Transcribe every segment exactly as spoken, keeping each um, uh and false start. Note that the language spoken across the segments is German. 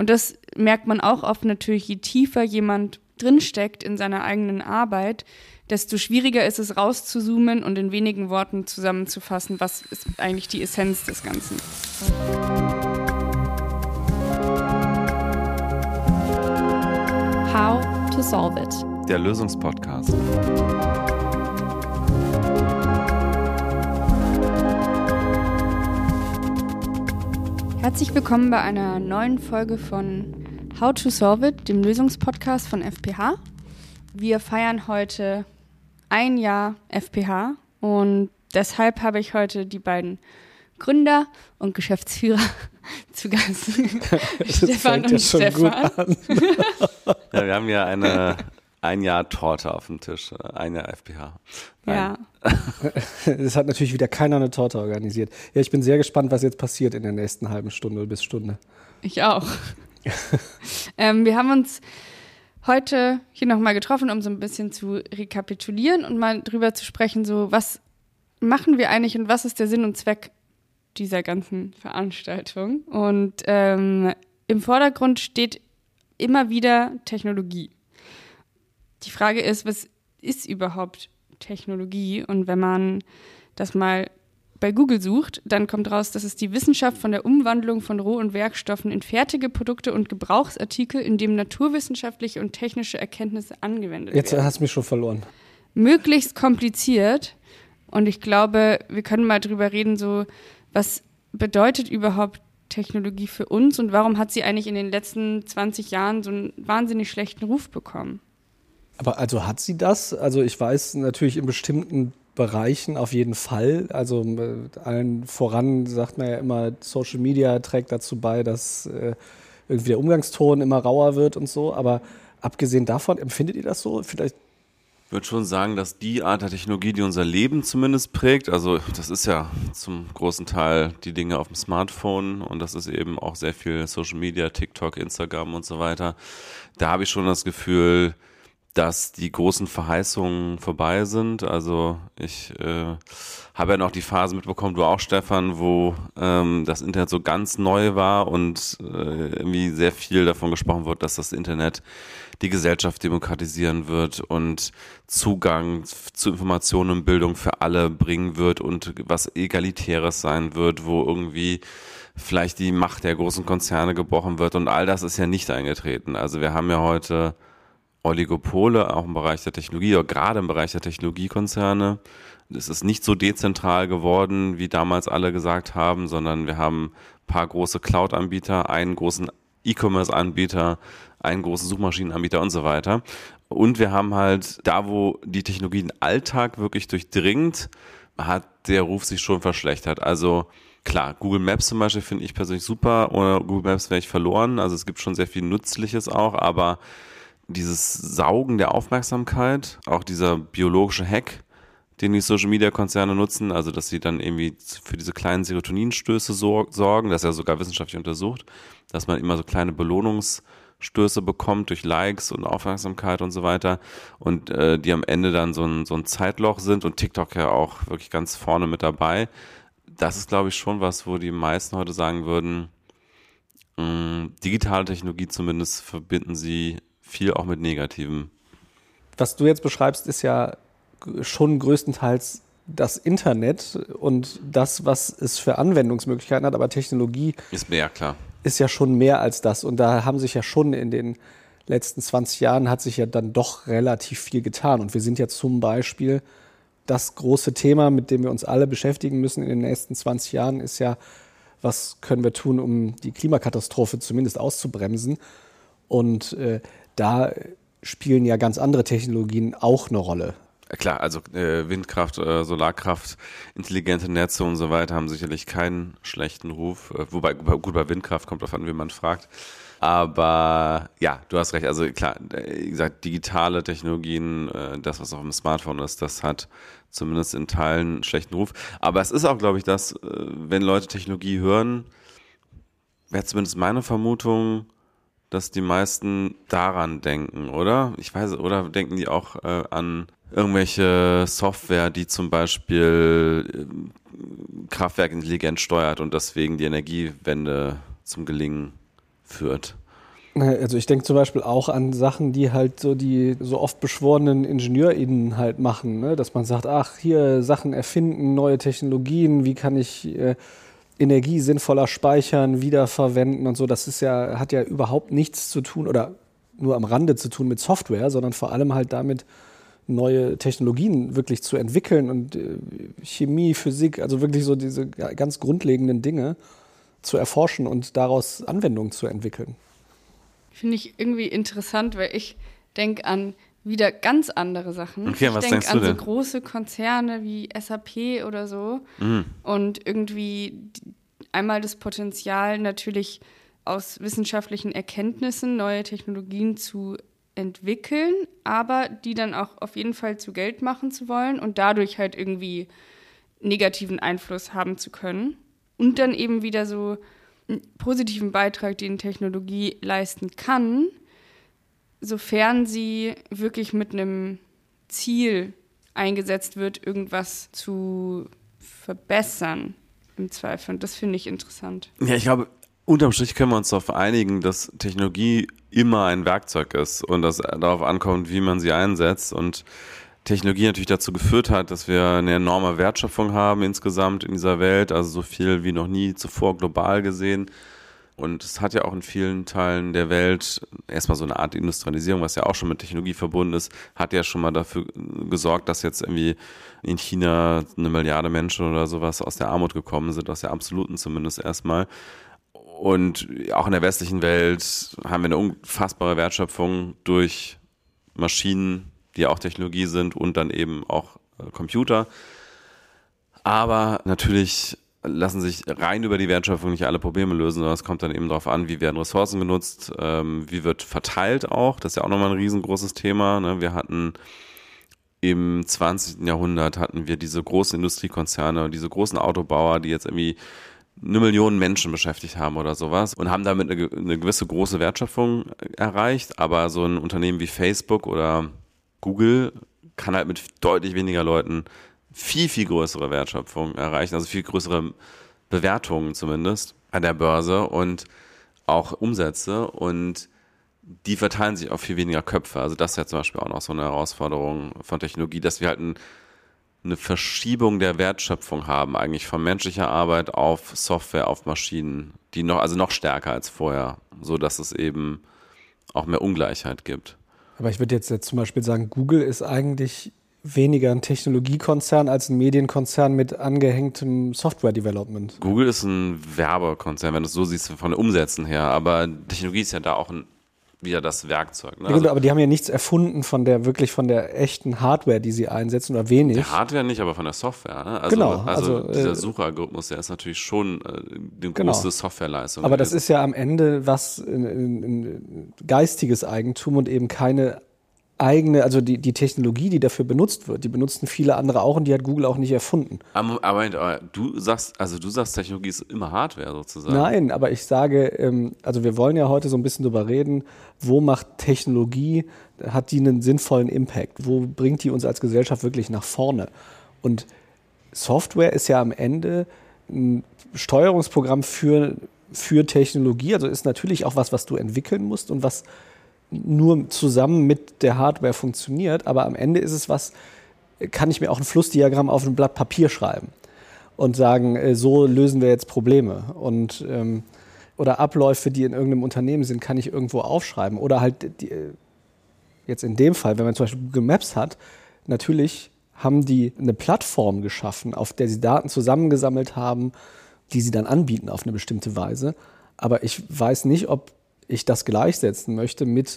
Und das merkt man auch oft natürlich, je tiefer jemand drinsteckt in seiner eigenen Arbeit, desto schwieriger ist es rauszuzoomen und in wenigen Worten zusammenzufassen, was ist eigentlich die Essenz des Ganzen. How to solve it. Der Lösungspodcast. Herzlich willkommen bei einer neuen Folge von How to Solve It, dem Lösungspodcast von F P H. Wir feiern heute ein Jahr F P H und deshalb habe ich heute die beiden Gründer und Geschäftsführer zu Gast. Stefan und ja schon Stefan. Gut an. Ja, wir haben ja eine ein Jahr Torte auf dem Tisch, ein Jahr F P H. Nein. Ja. Es hat natürlich wieder keiner eine Torte organisiert. Ja, ich bin sehr gespannt, was jetzt passiert in der nächsten halben Stunde bis Stunde. Ich auch. ähm, wir haben uns heute hier nochmal getroffen, um so ein bisschen zu rekapitulieren und mal drüber zu sprechen, so was machen wir eigentlich und was ist der Sinn und Zweck dieser ganzen Veranstaltung. Und ähm, im Vordergrund steht immer wieder Technologie. Die Frage ist, was ist überhaupt Technologie? Und wenn man das mal bei Google sucht, dann kommt raus, dass es die Wissenschaft von der Umwandlung von Roh- und Werkstoffen in fertige Produkte und Gebrauchsartikel, in dem naturwissenschaftliche und technische Erkenntnisse angewendet Jetzt werden. hast du mich schon verloren. Möglichst kompliziert. Und ich glaube, wir können mal drüber reden, so was bedeutet überhaupt Technologie für uns und warum hat sie eigentlich in den letzten zwanzig Jahren so einen wahnsinnig schlechten Ruf bekommen? Aber also hat sie das? Also ich weiß natürlich in bestimmten Bereichen auf jeden Fall. Also äh, allen voran sagt man ja immer, Social Media trägt dazu bei, dass äh, irgendwie der Umgangston immer rauer wird und so. Aber abgesehen davon, empfindet ihr das so? Vielleicht Ich würde schon sagen, dass die Art der Technologie, die unser Leben zumindest prägt, also das ist ja zum großen Teil die Dinge auf dem Smartphone und das ist eben auch sehr viel Social Media, TikTok, Instagram und so weiter. Da habe ich schon das Gefühl, dass die großen Verheißungen vorbei sind. Also ich äh, habe ja noch die Phase mitbekommen, du auch, Stefan, wo ähm, das Internet so ganz neu war und äh, irgendwie sehr viel davon gesprochen wird, dass das Internet die Gesellschaft demokratisieren wird und Zugang zu Informationen und Bildung für alle bringen wird und was Egalitäres sein wird, wo irgendwie vielleicht die Macht der großen Konzerne gebrochen wird und all das ist ja nicht eingetreten. Also wir haben ja heute Oligopole, auch im Bereich der Technologie, oder gerade im Bereich der Technologiekonzerne. Es ist nicht so dezentral geworden, wie damals alle gesagt haben, sondern wir haben ein paar große Cloud-Anbieter, einen großen E-Commerce-Anbieter, einen großen Suchmaschinenanbieter und so weiter. Und wir haben halt da, wo die Technologie den Alltag wirklich durchdringt, hat der Ruf sich schon verschlechtert. Also klar, Google Maps zum Beispiel finde ich persönlich super. Ohne Google Maps wäre ich verloren. Also es gibt schon sehr viel Nützliches auch, aber dieses Saugen der Aufmerksamkeit, auch dieser biologische Hack, den die Social-Media-Konzerne nutzen, also dass sie dann irgendwie für diese kleinen Serotoninstöße sorgen, das ist ja sogar wissenschaftlich untersucht, dass man immer so kleine Belohnungsstöße bekommt durch Likes und Aufmerksamkeit und so weiter und äh, die am Ende dann so ein, so ein Zeitloch sind und TikTok ja auch wirklich ganz vorne mit dabei. Das ist, glaube ich, schon was, wo die meisten heute sagen würden, mh, digitale Technologie zumindest verbinden sie viel auch mit Negativem. was du jetzt beschreibst, ist ja schon größtenteils das Internet und das, was es für Anwendungsmöglichkeiten hat, aber Technologie ist mehr, klar. Ist ja schon mehr als das. Und da haben sich ja schon in den letzten zwanzig Jahren hat sich ja dann doch relativ viel getan. Und wir sind ja zum Beispiel das große Thema, mit dem wir uns alle beschäftigen müssen in den nächsten zwanzig Jahren, ist ja, was können wir tun, um die Klimakatastrophe zumindest auszubremsen. Und äh, da spielen ja ganz andere Technologien auch eine Rolle. Klar, also äh, Windkraft, äh, Solarkraft, intelligente Netze und so weiter haben sicherlich keinen schlechten Ruf. Äh, wobei, gut, bei Windkraft kommt drauf an, wie man fragt. Aber ja, du hast recht. Also klar, wie gesagt, digitale Technologien, äh, das, was auch im Smartphone ist, das hat zumindest in Teilen einen schlechten Ruf. Aber es ist auch, glaube ich, dass, äh, wenn Leute Technologie hören, wäre zumindest meine Vermutung, dass die meisten daran denken, oder? Ich weiß, oder denken die auch äh, an irgendwelche Software, die zum Beispiel äh, Kraftwerke intelligent steuert und deswegen die Energiewende zum Gelingen führt? Also ich denke zum Beispiel auch an Sachen, die halt so die so oft beschworenen IngenieurInnen halt machen, ne? Dass man sagt, ach, hier Sachen erfinden, neue Technologien, wie kann ich äh, Energie sinnvoller speichern, wiederverwenden und so. Das ist ja, hat ja überhaupt nichts zu tun oder nur am Rande zu tun mit Software, sondern vor allem halt damit, neue Technologien wirklich zu entwickeln und äh, Chemie, Physik, also wirklich so diese ganz grundlegenden Dinge zu erforschen und daraus Anwendungen zu entwickeln. Finde ich irgendwie interessant, weil ich denke an wieder ganz andere Sachen. Okay, ich was denke denkst du an denn? so große Konzerne wie S A P oder so. Mhm. Und irgendwie einmal das Potenzial natürlich aus wissenschaftlichen Erkenntnissen neue Technologien zu entwickeln, aber die dann auch auf jeden Fall zu Geld machen zu wollen und dadurch halt irgendwie negativen Einfluss haben zu können. Und dann eben wieder so einen positiven Beitrag, den Technologie leisten kann, sofern sie wirklich mit einem Ziel eingesetzt wird, irgendwas zu verbessern, im Zweifel. Und das finde ich interessant. Ja, ich glaube, unterm Strich können wir uns darauf einigen, dass Technologie immer ein Werkzeug ist und dass darauf ankommt, wie man sie einsetzt. Und Technologie natürlich dazu geführt hat, dass wir eine enorme Wertschöpfung haben insgesamt in dieser Welt, also so viel wie noch nie zuvor global gesehen. Und es hat ja auch in vielen Teilen der Welt erstmal so eine Art Industrialisierung, was ja auch schon mit Technologie verbunden ist, hat ja schon mal dafür gesorgt, dass jetzt irgendwie in China eine Milliarde Menschen oder sowas aus der Armut gekommen sind, aus der absoluten zumindest erstmal. Und auch in der westlichen Welt haben wir eine unfassbare Wertschöpfung durch Maschinen, die auch Technologie sind und dann eben auch Computer. Aber natürlich lassen sich rein über die Wertschöpfung nicht alle Probleme lösen, sondern es kommt dann eben darauf an, wie werden Ressourcen genutzt, ähm, wie wird verteilt auch. Das ist ja auch nochmal ein riesengroßes Thema. Ne? Wir hatten im zwanzigsten Jahrhundert hatten wir diese großen Industriekonzerne, diese großen Autobauer, die jetzt irgendwie eine Million Menschen beschäftigt haben oder sowas und haben damit eine, eine gewisse große Wertschöpfung erreicht. Aber so ein Unternehmen wie Facebook oder Google kann halt mit deutlich weniger Leuten viel, viel größere Wertschöpfung erreichen, also viel größere Bewertungen zumindest an der Börse und auch Umsätze und die verteilen sich auf viel weniger Köpfe. Also das ist ja zum Beispiel auch noch so eine Herausforderung von Technologie, dass wir halt ein, eine Verschiebung der Wertschöpfung haben, eigentlich von menschlicher Arbeit auf Software, auf Maschinen, die noch, also noch stärker als vorher, so dass es eben auch mehr Ungleichheit gibt. Aber ich würde jetzt, jetzt zum Beispiel sagen, Google ist eigentlich weniger ein Technologiekonzern als ein Medienkonzern mit angehängtem Software-Development. Google ist ein Werbekonzern, wenn du es so siehst, von den Umsätzen her, aber Technologie ist ja da auch ein, wieder das Werkzeug. Ne? Ja, also, aber die haben ja nichts erfunden von der, wirklich von der echten Hardware, die sie einsetzen, oder wenig. Der Hardware nicht, aber von der Software. Ne? Also, genau. Also, also dieser äh, Suchalgorithmus, der ist natürlich schon äh, eine genau. große Softwareleistung. Aber gewesen. das ist ja am Ende was ein, ein, ein geistiges Eigentum und eben keine eigene, also die, die Technologie, die dafür benutzt wird, die benutzen viele andere auch und die hat Google auch nicht erfunden. Aber, aber du sagst, also du sagst, Technologie ist immer Hardware sozusagen. Nein, aber ich sage, ähm, also wir wollen ja heute so ein bisschen drüber reden, wo macht Technologie, hat die einen sinnvollen Impact? Wo bringt die uns als Gesellschaft wirklich nach vorne? Und Software ist ja am Ende ein Steuerungsprogramm für, für Technologie, also ist natürlich auch was, was du entwickeln musst und was nur zusammen mit der Hardware funktioniert, aber am Ende ist es was, kann ich mir auch ein Flussdiagramm auf ein Blatt Papier schreiben und sagen, so lösen wir jetzt Probleme und ähm, oder Abläufe, die in irgendeinem Unternehmen sind, kann ich irgendwo aufschreiben oder halt die, jetzt in dem Fall, wenn man zum Beispiel Google Maps hat, natürlich haben die eine Plattform geschaffen, auf der sie Daten zusammengesammelt haben, die sie dann anbieten auf eine bestimmte Weise, aber ich weiß nicht, ob ich das gleichsetzen möchte mit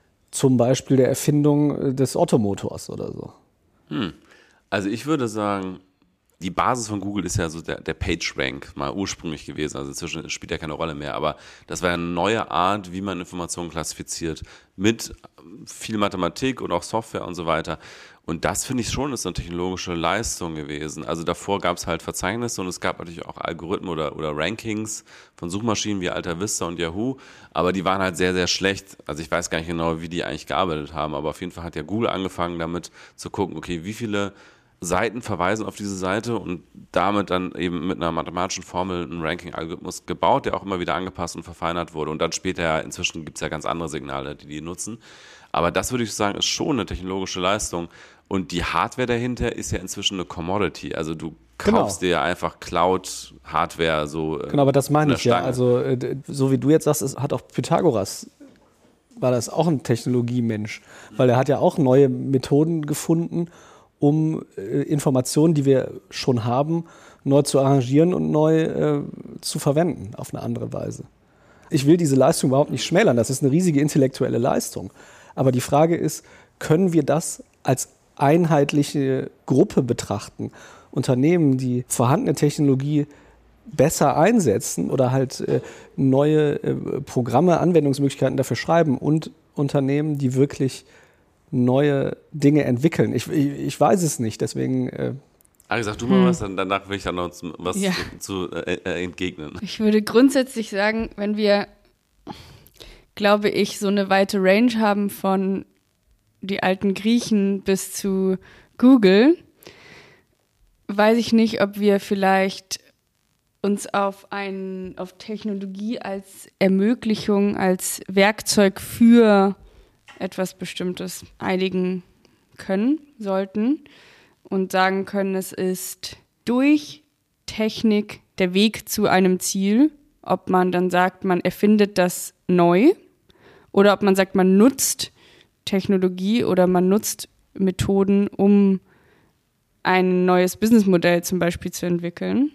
zum Beispiel der Erfindung des Ottomotors oder so. Hm. Also ich würde sagen, die Basis von Google ist ja so der, der PageRank mal ursprünglich gewesen. Also inzwischen spielt ja keine Rolle mehr. Aber das war eine neue Art, wie man Informationen klassifiziert. Mit viel Mathematik und auch Software und so weiter. Und das finde ich schon, ist eine technologische Leistung gewesen. Also davor gab es halt Verzeichnisse und es gab natürlich auch Algorithmen oder, oder Rankings von Suchmaschinen wie Alta Vista und Yahoo. Aber die waren halt sehr, sehr schlecht. Also ich weiß gar nicht genau, wie die eigentlich gearbeitet haben. Aber auf jeden Fall hat ja Google angefangen damit zu gucken, okay, wie viele Seiten verweisen auf diese Seite und damit dann eben mit einer mathematischen Formel einen Ranking-Algorithmus gebaut, der auch immer wieder angepasst und verfeinert wurde. Und dann später, inzwischen gibt es ja ganz andere Signale, die die nutzen. Aber das würde ich sagen, ist schon eine technologische Leistung. Und die Hardware dahinter ist ja inzwischen eine Commodity. Also du kaufst genau. dir ja einfach Cloud-Hardware so. Genau, aber das meine ich ja. Also so wie du jetzt sagst, ist, hat auch Pythagoras, war das auch ein Technologiemensch. Weil er hat ja auch neue Methoden gefunden, um äh, Informationen, die wir schon haben, neu zu arrangieren und neu äh, zu verwenden auf eine andere Weise. Ich will diese Leistung überhaupt nicht schmälern, das ist eine riesige intellektuelle Leistung. Aber die Frage ist, können wir das als einheitliche Gruppe betrachten? Unternehmen, die vorhandene Technologie besser einsetzen oder halt äh, neue äh, Programme, Anwendungsmöglichkeiten dafür schreiben und Unternehmen, die wirklich neue Dinge entwickeln. Ich, ich, ich weiß es nicht, deswegen... Äh Ari, sag du mal hm. was, dann, danach will ich dann noch was ja. zu, zu äh, entgegnen. Ich würde grundsätzlich sagen, wenn wir, glaube ich, so eine weite Range haben von die alten Griechen bis zu Google, weiß ich nicht, ob wir vielleicht uns auf, ein, auf Technologie als Ermöglichung, als Werkzeug für etwas Bestimmtes einigen können, sollten und sagen können, es ist durch Technik der Weg zu einem Ziel, ob man dann sagt, man erfindet das neu oder ob man sagt, man nutzt Technologie oder man nutzt Methoden, um ein neues Businessmodell zum Beispiel zu entwickeln.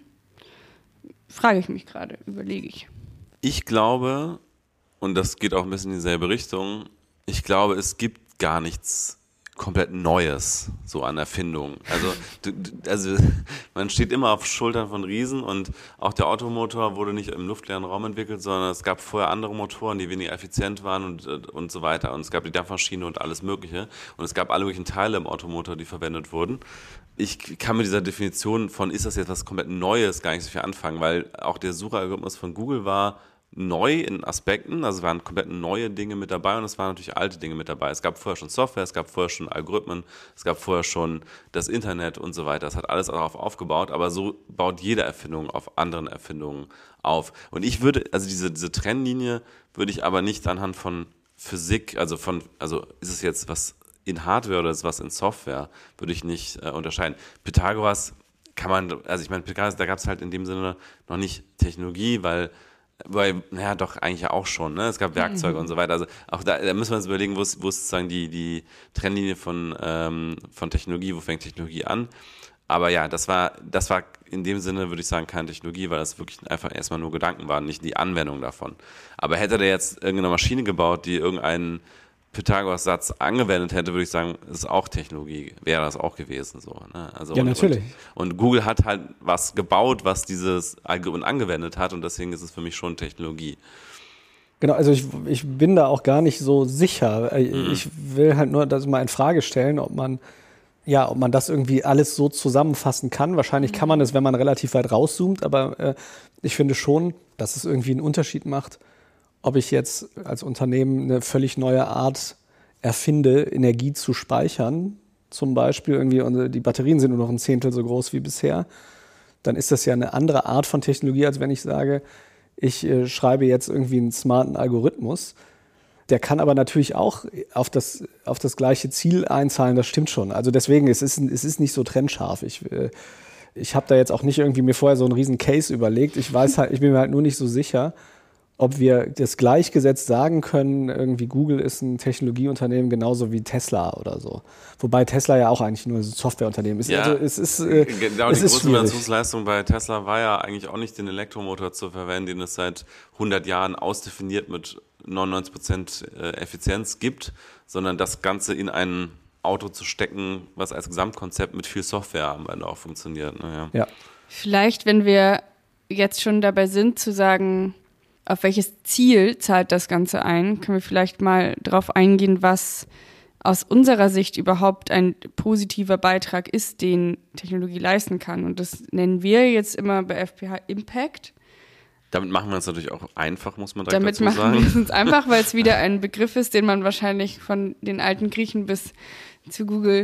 Frage ich mich gerade, überlege ich. Ich glaube, und das geht auch ein bisschen in dieselbe Richtung, ich glaube, es gibt gar nichts komplett Neues so an Erfindungen. Also, also man steht immer auf Schultern von Riesen und auch der Automotor wurde nicht im luftleeren Raum entwickelt, sondern es gab vorher andere Motoren, die weniger effizient waren und, und so weiter. Und es gab die Dampfmaschine und alles Mögliche. Und es gab alle möglichen Teile im Automotor, die verwendet wurden. Ich kann mit dieser Definition von, ist das jetzt was komplett Neues, gar nicht so viel anfangen, weil auch der Suchalgorithmus von Google war neu in Aspekten, also es waren komplett neue Dinge mit dabei und es waren natürlich alte Dinge mit dabei. Es gab vorher schon Software, es gab vorher schon Algorithmen, es gab vorher schon das Internet und so weiter. Es hat alles darauf aufgebaut, aber so baut jede Erfindung auf anderen Erfindungen auf. Und ich würde, also diese, diese Trennlinie würde ich aber nicht anhand von Physik, also von, also ist es jetzt was in Hardware oder ist es was in Software, würde ich nicht äh, unterscheiden. Pythagoras kann man, also ich meine, Pythagoras, da gab es halt in dem Sinne noch nicht Technologie, weil Weil, naja, doch, eigentlich ja auch schon, ne? Es gab Werkzeuge mhm. und so weiter. Also auch da, da müssen wir uns überlegen, wo ist, wo ist sozusagen die, die Trennlinie von, ähm, von Technologie, wo fängt Technologie an? Aber ja, das war, das war in dem Sinne, würde ich sagen, keine Technologie, weil das wirklich einfach erstmal nur Gedanken waren, nicht die Anwendung davon. Aber hätte der jetzt irgendeine Maschine gebaut, die irgendeinen Pythagoras-Satz angewendet hätte, würde ich sagen, ist auch Technologie, wäre das auch gewesen. So, ne? Also ja, und, natürlich. Und, und Google hat halt was gebaut, was dieses Algorithmus angewendet hat und deswegen ist es für mich schon Technologie. Genau, also ich, ich bin da auch gar nicht so sicher. Mhm. Ich will halt nur das mal in Frage stellen, ob man, ja, ob man das irgendwie alles so zusammenfassen kann. Wahrscheinlich kann man es, wenn man relativ weit rauszoomt, aber äh, ich finde schon, dass es irgendwie einen Unterschied macht, ob ich jetzt als Unternehmen eine völlig neue Art erfinde, Energie zu speichern, zum Beispiel irgendwie, die Batterien sind nur noch ein Zehntel so groß wie bisher, dann ist das ja eine andere Art von Technologie, als wenn ich sage, ich äh, schreibe jetzt irgendwie einen smarten Algorithmus. Der kann aber natürlich auch auf das, auf das gleiche Ziel einzahlen, das stimmt schon. Also deswegen, es ist, es ist nicht so trennscharf. Ich, äh, ich habe da jetzt auch nicht irgendwie mir vorher so einen riesen Case überlegt. Ich weiß halt, ich bin mir halt nur nicht so sicher, ob wir das gleichgesetzt sagen können, irgendwie Google ist ein Technologieunternehmen genauso wie Tesla oder so. Wobei Tesla ja auch eigentlich nur ein Softwareunternehmen ist. Ja, also es ist äh, genau, es die ist große Innovationsleistung bei Tesla war ja eigentlich auch nicht den Elektromotor zu verwenden, den es seit hundert Jahren ausdefiniert mit neunundneunzig Prozent Effizienz gibt, sondern das Ganze in ein Auto zu stecken, was als Gesamtkonzept mit viel Software am Ende auch funktioniert. Naja. Ja. Vielleicht, wenn wir jetzt schon dabei sind zu sagen, auf welches Ziel zahlt das Ganze ein, können wir vielleicht mal darauf eingehen, was aus unserer Sicht überhaupt ein positiver Beitrag ist, den Technologie leisten kann. Und das nennen wir jetzt immer bei F P H Impact. Damit machen wir es natürlich auch einfach, muss man direkt Damit dazu sagen. Damit machen wir es einfach, weil es wieder ein Begriff ist, den man wahrscheinlich von den alten Griechen bis zu Google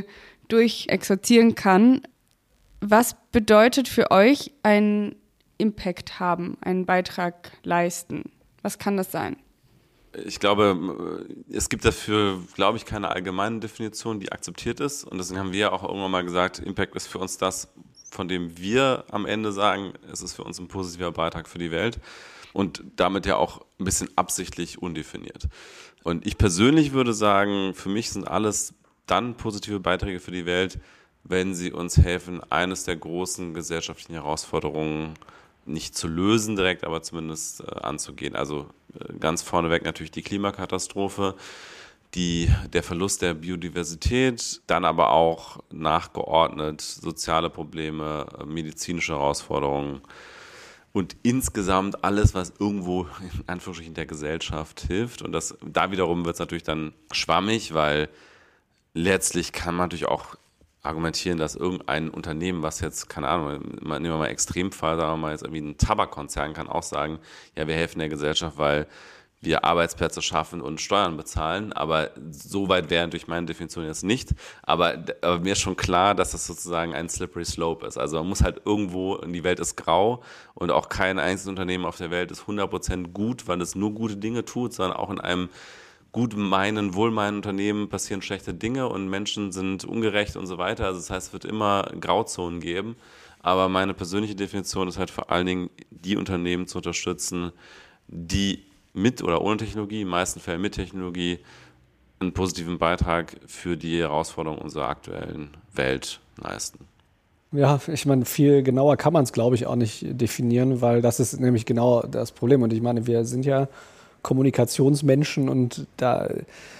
durchexerzieren kann. Was bedeutet für euch ein Impact haben, einen Beitrag leisten? Was kann das sein? Ich glaube, es gibt dafür, glaube ich, keine allgemeine Definition, die akzeptiert ist. Und deswegen haben wir auch irgendwann mal gesagt, Impact ist für uns das, von dem wir am Ende sagen, es ist für uns ein positiver Beitrag für die Welt. Und damit ja auch ein bisschen absichtlich undefiniert. Und ich persönlich würde sagen, für mich sind alles dann positive Beiträge für die Welt, wenn sie uns helfen, eines der großen gesellschaftlichen Herausforderungen nicht zu lösen direkt, aber zumindest äh, anzugehen. Also äh, ganz vorneweg natürlich die Klimakatastrophe, die, der Verlust der Biodiversität, dann aber auch nachgeordnet soziale Probleme, äh, medizinische Herausforderungen und insgesamt alles, was irgendwo in Anführungsstrichen der Gesellschaft hilft. Und das, da wiederum wird es natürlich dann schwammig, weil letztlich kann man natürlich auch argumentieren, dass irgendein Unternehmen, was jetzt, keine Ahnung, nehmen wir mal Extremfall, sagen wir mal jetzt irgendwie ein Tabakkonzern, kann auch sagen, ja, wir helfen der Gesellschaft, weil wir Arbeitsplätze schaffen und Steuern bezahlen, aber so weit wäre durch meine Definition jetzt nicht. Aber, aber mir ist schon klar, dass das sozusagen ein slippery slope ist. Also man muss halt irgendwo, die Welt ist grau und auch kein einzelnes Unternehmen auf der Welt ist hundert Prozent gut, weil es nur gute Dinge tut, sondern auch in einem gut meinen, wohlmeinen Unternehmen passieren schlechte Dinge und Menschen sind ungerecht und so weiter. Also das heißt, es wird immer Grauzonen geben. Aber meine persönliche Definition ist halt vor allen Dingen, die Unternehmen zu unterstützen, die mit oder ohne Technologie, in den meisten Fällen mit Technologie, einen positiven Beitrag für die Herausforderungen unserer aktuellen Welt leisten. Ja, ich meine, viel genauer kann man es, glaube ich, auch nicht definieren, weil das ist nämlich genau das Problem. Und ich meine, wir sind ja Kommunikationsmenschen und da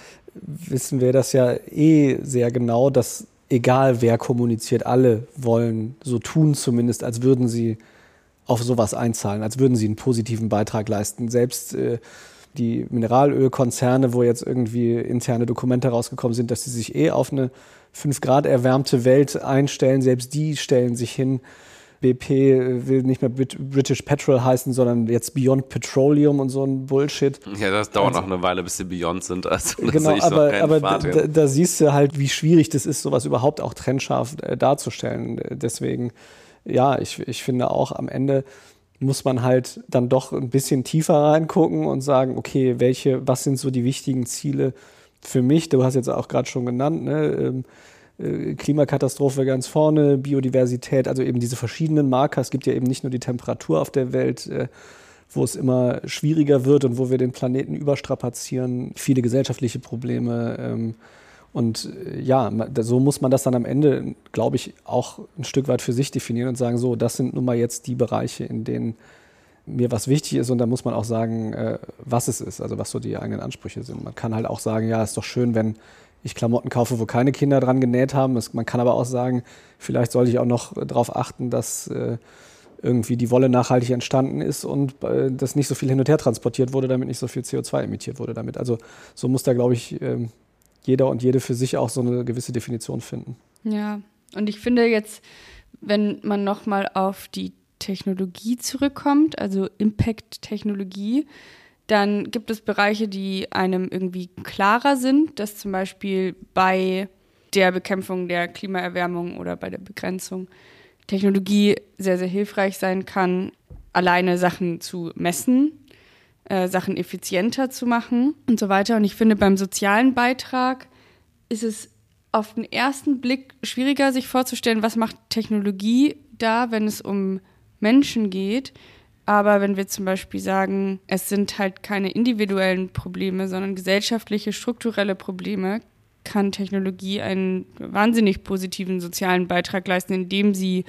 wissen wir das ja eh sehr genau, dass egal wer kommuniziert, alle wollen so tun zumindest, als würden sie auf sowas einzahlen, als würden sie einen positiven Beitrag leisten. Selbst äh, die Mineralölkonzerne, wo jetzt irgendwie interne Dokumente rausgekommen sind, dass sie sich eh auf eine fünf Grad erwärmte Welt einstellen, selbst die stellen sich hin. B P will nicht mehr British Petrol heißen, sondern jetzt Beyond Petroleum und so ein Bullshit. Ja, das dauert also, noch eine Weile, bis sie Beyond sind. Also, genau, aber, aber da, da siehst du halt, wie schwierig das ist, sowas überhaupt auch trennscharf äh, darzustellen. Deswegen, ja, ich, ich finde auch, am Ende muss man halt dann doch ein bisschen tiefer reingucken und sagen, okay, welche, was sind so die wichtigen Ziele für mich? Du hast jetzt auch gerade schon genannt, ne? Ähm, Klimakatastrophe ganz vorne, Biodiversität, also eben diese verschiedenen Marker. Es gibt ja eben nicht nur die Temperatur auf der Welt, wo es immer schwieriger wird und wo wir den Planeten überstrapazieren, viele gesellschaftliche Probleme. Und ja, so muss man das dann am Ende, glaube ich, auch ein Stück weit für sich definieren und sagen, so, das sind nun mal jetzt die Bereiche, in denen mir was wichtig ist. Und da muss man auch sagen, was es ist, also was so die eigenen Ansprüche sind. Man kann halt auch sagen, ja, ist doch schön, wenn ich Klamotten kaufe, wo keine Kinder dran genäht haben. Es, man kann aber auch sagen, vielleicht sollte ich auch noch darauf achten, dass äh, irgendwie die Wolle nachhaltig entstanden ist und äh, dass nicht so viel hin und her transportiert wurde, damit nicht so viel C O zwei emittiert wurde damit. Also so muss da, glaube ich, äh, jeder und jede für sich auch so eine gewisse Definition finden. Ja, und ich finde jetzt, wenn man nochmal auf die Technologie zurückkommt, also Impact-Technologie, dann gibt es Bereiche, die einem irgendwie klarer sind, dass zum Beispiel bei der Bekämpfung der Klimaerwärmung oder bei der Begrenzung Technologie sehr, sehr hilfreich sein kann, alleine Sachen zu messen, äh, Sachen effizienter zu machen und so weiter. Und ich finde, beim sozialen Beitrag ist es auf den ersten Blick schwieriger, sich vorzustellen, was macht Technologie da, wenn es um Menschen geht. Aber wenn wir zum Beispiel sagen, es sind halt keine individuellen Probleme, sondern gesellschaftliche, strukturelle Probleme, kann Technologie einen wahnsinnig positiven sozialen Beitrag leisten, indem sie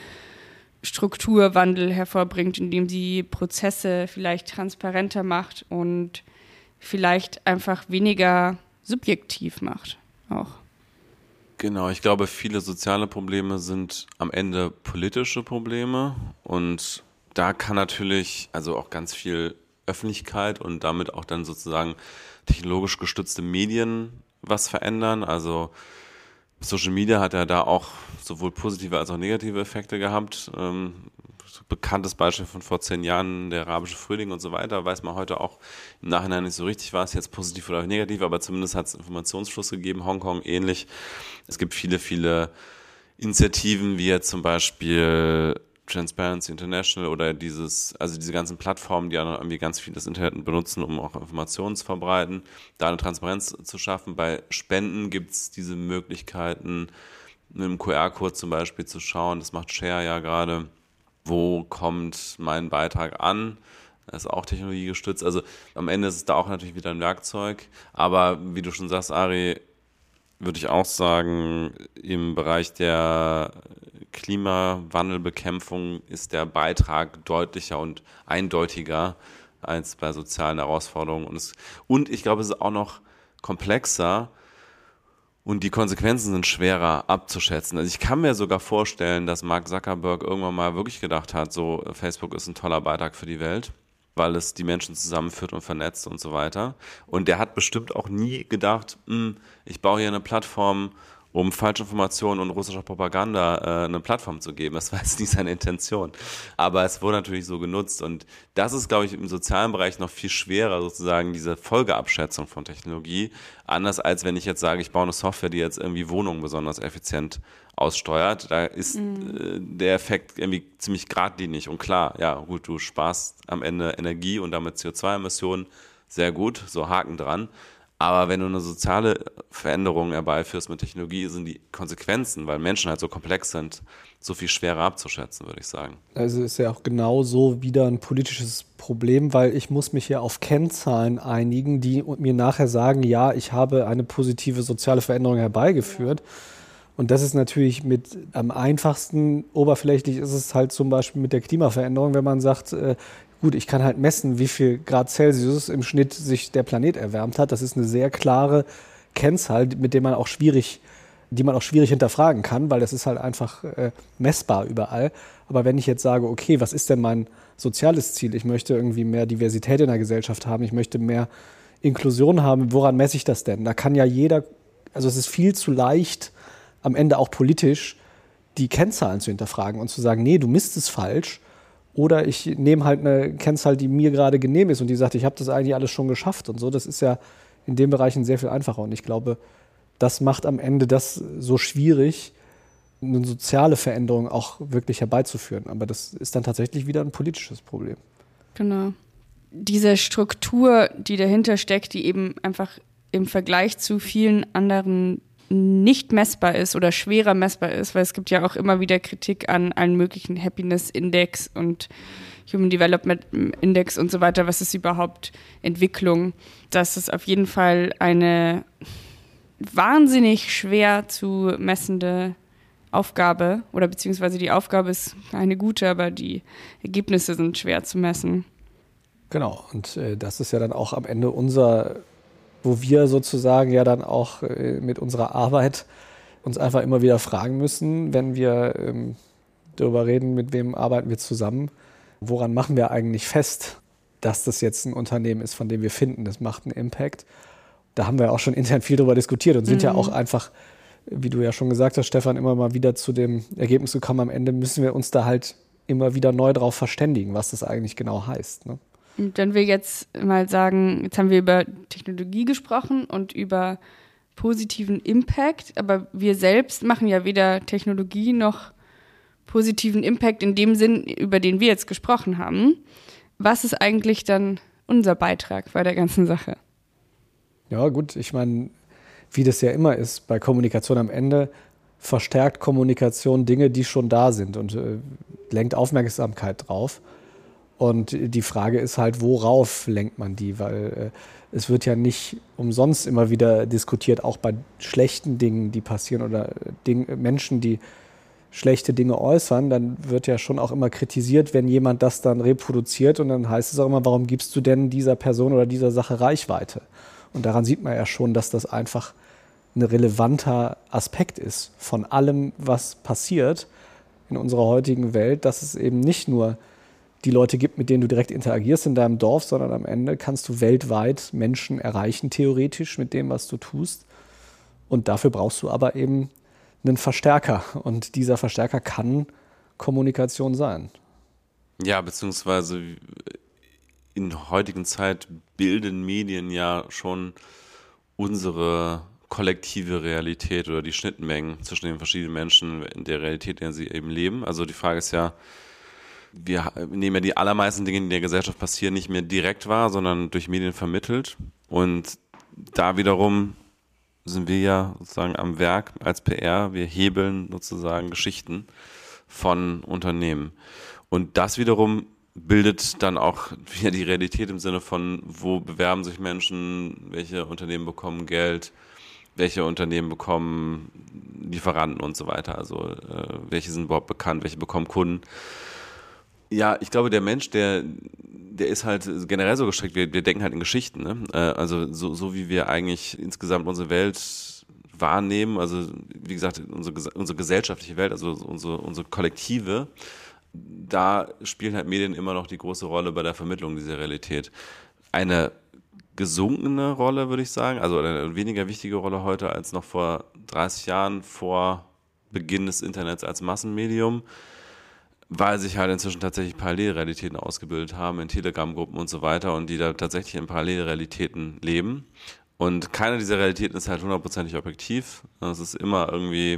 Strukturwandel hervorbringt, indem sie Prozesse vielleicht transparenter macht und vielleicht einfach weniger subjektiv macht auch. Genau, ich glaube, viele soziale Probleme sind am Ende politische Probleme und da kann natürlich also auch ganz viel Öffentlichkeit und damit auch dann sozusagen technologisch gestützte Medien was verändern. Also Social Media hat ja da auch sowohl positive als auch negative Effekte gehabt. Ähm, bekanntes Beispiel von vor zehn Jahren, der arabische Frühling und so weiter, weiß man heute auch im Nachhinein nicht so richtig, war es jetzt positiv oder negativ, aber zumindest hat es Informationsfluss gegeben, Hongkong ähnlich. Es gibt viele, viele Initiativen, wie jetzt zum Beispiel Transparency International oder dieses, also diese ganzen Plattformen, die ja irgendwie ganz viel das Internet benutzen, um auch Informationen zu verbreiten, da eine Transparenz zu schaffen. Bei Spenden gibt es diese Möglichkeiten, mit einem Q R-Code zum Beispiel zu schauen, das macht Share ja gerade, wo kommt mein Beitrag an, das ist auch technologiegestützt, also am Ende ist es da auch natürlich wieder ein Werkzeug, aber wie du schon sagst, Ari, würde ich auch sagen, im Bereich der Klimawandelbekämpfung ist der Beitrag deutlicher und eindeutiger als bei sozialen Herausforderungen. Und, es, und ich glaube, es ist auch noch komplexer und die Konsequenzen sind schwerer abzuschätzen. Also ich kann mir sogar vorstellen, dass Mark Zuckerberg irgendwann mal wirklich gedacht hat, so Facebook ist ein toller Beitrag für die Welt, weil es die Menschen zusammenführt und vernetzt und so weiter. Und der hat bestimmt auch nie gedacht, ich baue hier eine Plattform, um Falschinformationen und russischer Propaganda äh, eine Plattform zu geben. Das war jetzt nicht seine Intention. Aber es wurde natürlich so genutzt. Und das ist, glaube ich, im sozialen Bereich noch viel schwerer, sozusagen diese Folgeabschätzung von Technologie. Anders als wenn ich jetzt sage, ich baue eine Software, die jetzt irgendwie Wohnungen besonders effizient aussteuert. Da ist mhm. äh, der Effekt irgendwie ziemlich geradlinig. Und klar, ja gut, du sparst am Ende Energie und damit C O zwei Emissionen. Sehr gut, so Haken dran. Aber wenn du eine soziale Veränderung herbeiführst mit Technologie, sind die Konsequenzen, weil Menschen halt so komplex sind, so viel schwerer abzuschätzen, würde ich sagen. Also ist ja auch genau so wieder ein politisches Problem, weil ich muss mich ja auf Kennzahlen einigen, die mir nachher sagen, ja, ich habe eine positive soziale Veränderung herbeigeführt. Und das ist natürlich mit am einfachsten, oberflächlich ist es halt zum Beispiel mit der Klimaveränderung, wenn man sagt, äh, gut, ich kann halt messen, wie viel Grad Celsius im Schnitt sich der Planet erwärmt hat. Das ist eine sehr klare Kennzahl, mit der man auch schwierig, die man auch schwierig hinterfragen kann, weil das ist halt einfach äh, messbar überall. Aber wenn ich jetzt sage, okay, was ist denn mein soziales Ziel? Ich möchte irgendwie mehr Diversität in der Gesellschaft haben, ich möchte mehr Inklusion haben. Woran messe ich das denn? Da kann ja jeder, also es ist viel zu leicht, am Ende auch politisch die Kennzahlen zu hinterfragen und zu sagen, nee, du misst es falsch. Oder ich nehme halt eine Kennzahl, die mir gerade genehm ist und die sagt, ich habe das eigentlich alles schon geschafft und so. Das ist ja in den Bereichen sehr viel einfacher. Und ich glaube, das macht am Ende das so schwierig, eine soziale Veränderung auch wirklich herbeizuführen. Aber das ist dann tatsächlich wieder ein politisches Problem. Genau. Diese Struktur, die dahinter steckt, die eben einfach im Vergleich zu vielen anderen nicht messbar ist oder schwerer messbar ist, weil es gibt ja auch immer wieder Kritik an allen möglichen Happiness-Index und Human Development Index und so weiter. Was ist überhaupt Entwicklung? Das ist auf jeden Fall eine wahnsinnig schwer zu messende Aufgabe oder beziehungsweise die Aufgabe ist eine gute, aber die Ergebnisse sind schwer zu messen. Genau, und äh, das ist ja dann auch am Ende unser, wo wir sozusagen ja dann auch äh, mit unserer Arbeit uns einfach immer wieder fragen müssen, wenn wir ähm, darüber reden, mit wem arbeiten wir zusammen, woran machen wir eigentlich fest, dass das jetzt ein Unternehmen ist, von dem wir finden, das macht einen Impact. Da haben wir auch schon intern viel darüber diskutiert und sind mhm. ja auch einfach, wie du ja schon gesagt hast, Stefan, immer mal wieder zu dem Ergebnis gekommen, am Ende müssen wir uns da halt immer wieder neu drauf verständigen, was das eigentlich genau heißt, ne? Und wenn wir jetzt mal sagen, jetzt haben wir über Technologie gesprochen und über positiven Impact, aber wir selbst machen ja weder Technologie noch positiven Impact in dem Sinn, über den wir jetzt gesprochen haben. Was ist eigentlich dann unser Beitrag bei der ganzen Sache? Ja gut, ich meine, wie das ja immer ist bei Kommunikation am Ende, verstärkt Kommunikation Dinge, die schon da sind und äh, lenkt Aufmerksamkeit drauf. Und die Frage ist halt, worauf lenkt man die? Weil äh, es wird ja nicht umsonst immer wieder diskutiert, auch bei schlechten Dingen, die passieren oder Ding, Menschen, die schlechte Dinge äußern, dann wird ja schon auch immer kritisiert, wenn jemand das dann reproduziert und dann heißt es auch immer, warum gibst du denn dieser Person oder dieser Sache Reichweite? Und daran sieht man ja schon, dass das einfach ein relevanter Aspekt ist von allem, was passiert in unserer heutigen Welt, dass es eben nicht nur die Leute gibt, mit denen du direkt interagierst in deinem Dorf, sondern am Ende kannst du weltweit Menschen erreichen, theoretisch, mit dem, was du tust. Und dafür brauchst du aber eben einen Verstärker. Und dieser Verstärker kann Kommunikation sein. Ja, beziehungsweise in der heutigen Zeit bilden Medien ja schon unsere kollektive Realität oder die Schnittmengen zwischen den verschiedenen Menschen in der Realität, in der sie eben leben. Also die Frage ist ja, wir nehmen ja die allermeisten Dinge, die in der Gesellschaft passieren, nicht mehr direkt wahr, sondern durch Medien vermittelt. Und da wiederum sind wir ja sozusagen am Werk als P R. Wir hebeln sozusagen Geschichten von Unternehmen. Und das wiederum bildet dann auch wieder die Realität im Sinne von, wo bewerben sich Menschen, welche Unternehmen bekommen Geld, welche Unternehmen bekommen Lieferanten und so weiter. Also äh, welche sind überhaupt bekannt, welche bekommen Kunden. Ja, ich glaube, der Mensch, der, der ist halt generell so gestrickt, wir, wir denken halt in Geschichten. Ne? Äh, also so, so wie wir eigentlich insgesamt unsere Welt wahrnehmen, also wie gesagt, unsere, unsere gesellschaftliche Welt, also unsere, unsere Kollektive, da spielen halt Medien immer noch die große Rolle bei der Vermittlung dieser Realität. Eine gesunkene Rolle, würde ich sagen, also eine weniger wichtige Rolle heute als noch vor dreißig Jahren, vor Beginn des Internets als Massenmedium, weil sich halt inzwischen tatsächlich Parallelrealitäten ausgebildet haben in Telegram-Gruppen und so weiter und die da tatsächlich in Parallelrealitäten leben. Und keine dieser Realitäten ist halt hundertprozentig objektiv. Es ist immer irgendwie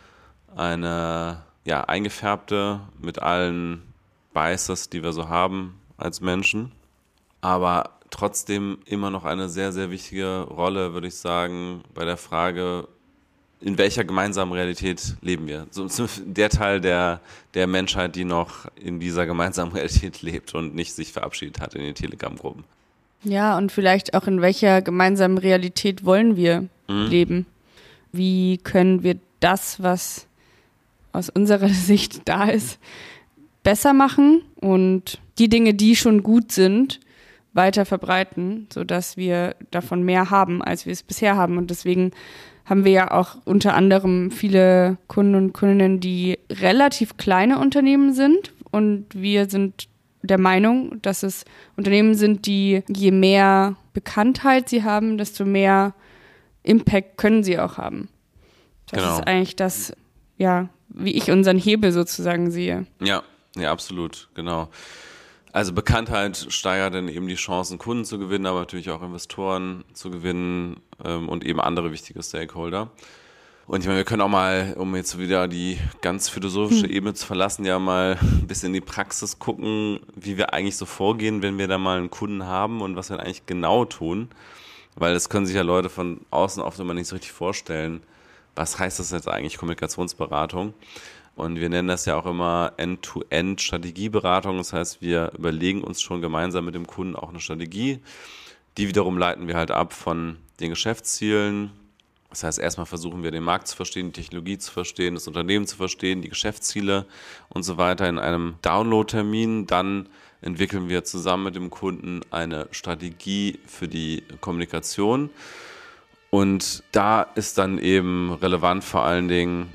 eine ja, eingefärbte mit allen Biases, die wir so haben als Menschen. Aber trotzdem immer noch eine sehr, sehr wichtige Rolle, würde ich sagen, bei der Frage, in welcher gemeinsamen Realität leben wir? So, so der Teil der, der Menschheit, die noch in dieser gemeinsamen Realität lebt und nicht sich verabschiedet hat in den Telegram-Gruppen. Ja, und vielleicht auch in welcher gemeinsamen Realität wollen wir mhm. leben? Wie können wir das, was aus unserer Sicht da ist, besser machen und die Dinge, die schon gut sind, weiter verbreiten, sodass wir davon mehr haben, als wir es bisher haben. Und deswegen haben wir ja auch unter anderem viele Kunden und Kundinnen, die relativ kleine Unternehmen sind. Und wir sind der Meinung, dass es Unternehmen sind, die je mehr Bekanntheit sie haben, desto mehr Impact können sie auch haben. Das genau. ist eigentlich das, ja, wie ich unseren Hebel sozusagen sehe. Ja, ja, absolut, genau. Also Bekanntheit steigert dann eben die Chancen, Kunden zu gewinnen, aber natürlich auch Investoren zu gewinnen ähm, und eben andere wichtige Stakeholder. Und ich meine, wir können auch mal, um jetzt wieder die ganz philosophische hm. Ebene zu verlassen, ja mal ein bisschen in die Praxis gucken, wie wir eigentlich so vorgehen, wenn wir da mal einen Kunden haben und was wir eigentlich genau tun. Weil das können sich ja Leute von außen oft immer nicht so richtig vorstellen. Was heißt das jetzt eigentlich, Kommunikationsberatung? Und wir nennen das ja auch immer End-to-End-Strategieberatung. Das heißt, wir überlegen uns schon gemeinsam mit dem Kunden auch eine Strategie. Die wiederum leiten wir halt ab von den Geschäftszielen. Das heißt, erstmal versuchen wir den Markt zu verstehen, die Technologie zu verstehen, das Unternehmen zu verstehen, die Geschäftsziele und so weiter in einem Download-Termin. Dann entwickeln wir zusammen mit dem Kunden eine Strategie für die Kommunikation. Und da ist dann eben relevant vor allen Dingen,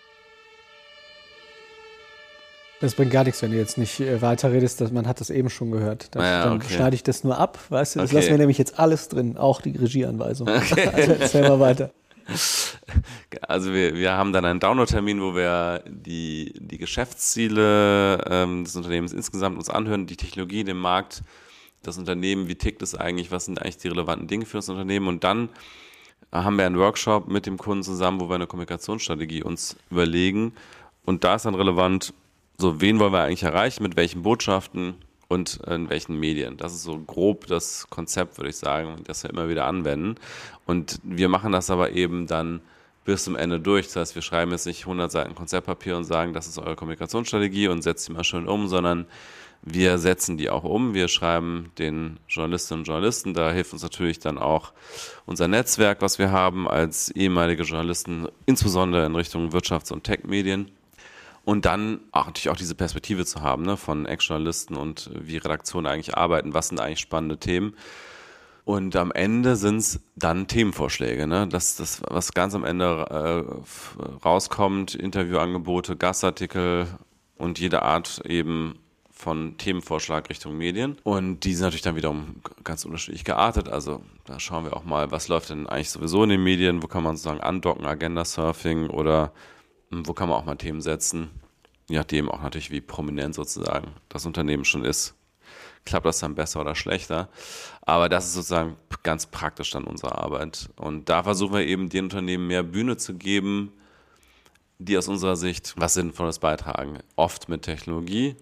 das bringt gar nichts, wenn du jetzt nicht äh, weiterredest, dass man hat das eben schon gehört. Das, ja, dann okay. schneide ich das nur ab, weißt du? Das okay. lassen wir nämlich jetzt alles drin, auch die Regieanweisung. Okay. Also erzähl mal weiter. Also wir, wir haben dann einen Download-Termin, wo wir die, die Geschäftsziele ähm, des Unternehmens insgesamt uns anhören, die Technologie, den Markt, das Unternehmen, wie tickt es eigentlich, was sind eigentlich die relevanten Dinge für das Unternehmen und dann haben wir einen Workshop mit dem Kunden zusammen, wo wir eine Kommunikationsstrategie uns überlegen und da ist dann relevant, so, wen wollen wir eigentlich erreichen, mit welchen Botschaften und in welchen Medien. Das ist so grob das Konzept, würde ich sagen, das wir immer wieder anwenden. Und wir machen das aber eben dann bis zum Ende durch. Das heißt, wir schreiben jetzt nicht hundert Seiten Konzeptpapier und sagen, das ist eure Kommunikationsstrategie und setzt die mal schön um, sondern wir setzen die auch um. Wir schreiben den Journalistinnen und Journalisten, da hilft uns natürlich dann auch unser Netzwerk, was wir haben als ehemalige Journalisten, insbesondere in Richtung Wirtschafts- und Tech-Medien. Und dann auch natürlich auch diese Perspektive zu haben, ne, von Ex-Journalisten und wie Redaktionen eigentlich arbeiten, was sind eigentlich spannende Themen. Und am Ende sind es dann Themenvorschläge, ne? Das, das, was ganz am Ende äh, rauskommt, Interviewangebote, Gastartikel und jede Art eben von Themenvorschlag Richtung Medien. Und die sind natürlich dann wiederum ganz unterschiedlich geartet. Also da schauen wir auch mal, was läuft denn eigentlich sowieso in den Medien, wo kann man sozusagen andocken, Agenda-Surfing oder wo kann man auch mal Themen setzen, je nachdem auch natürlich, wie prominent sozusagen das Unternehmen schon ist, klappt das dann besser oder schlechter. Aber das ist sozusagen ganz praktisch dann unsere Arbeit. Und da versuchen wir eben den Unternehmen mehr Bühne zu geben, die aus unserer Sicht was Sinnvolles beitragen. Oft mit Technologie.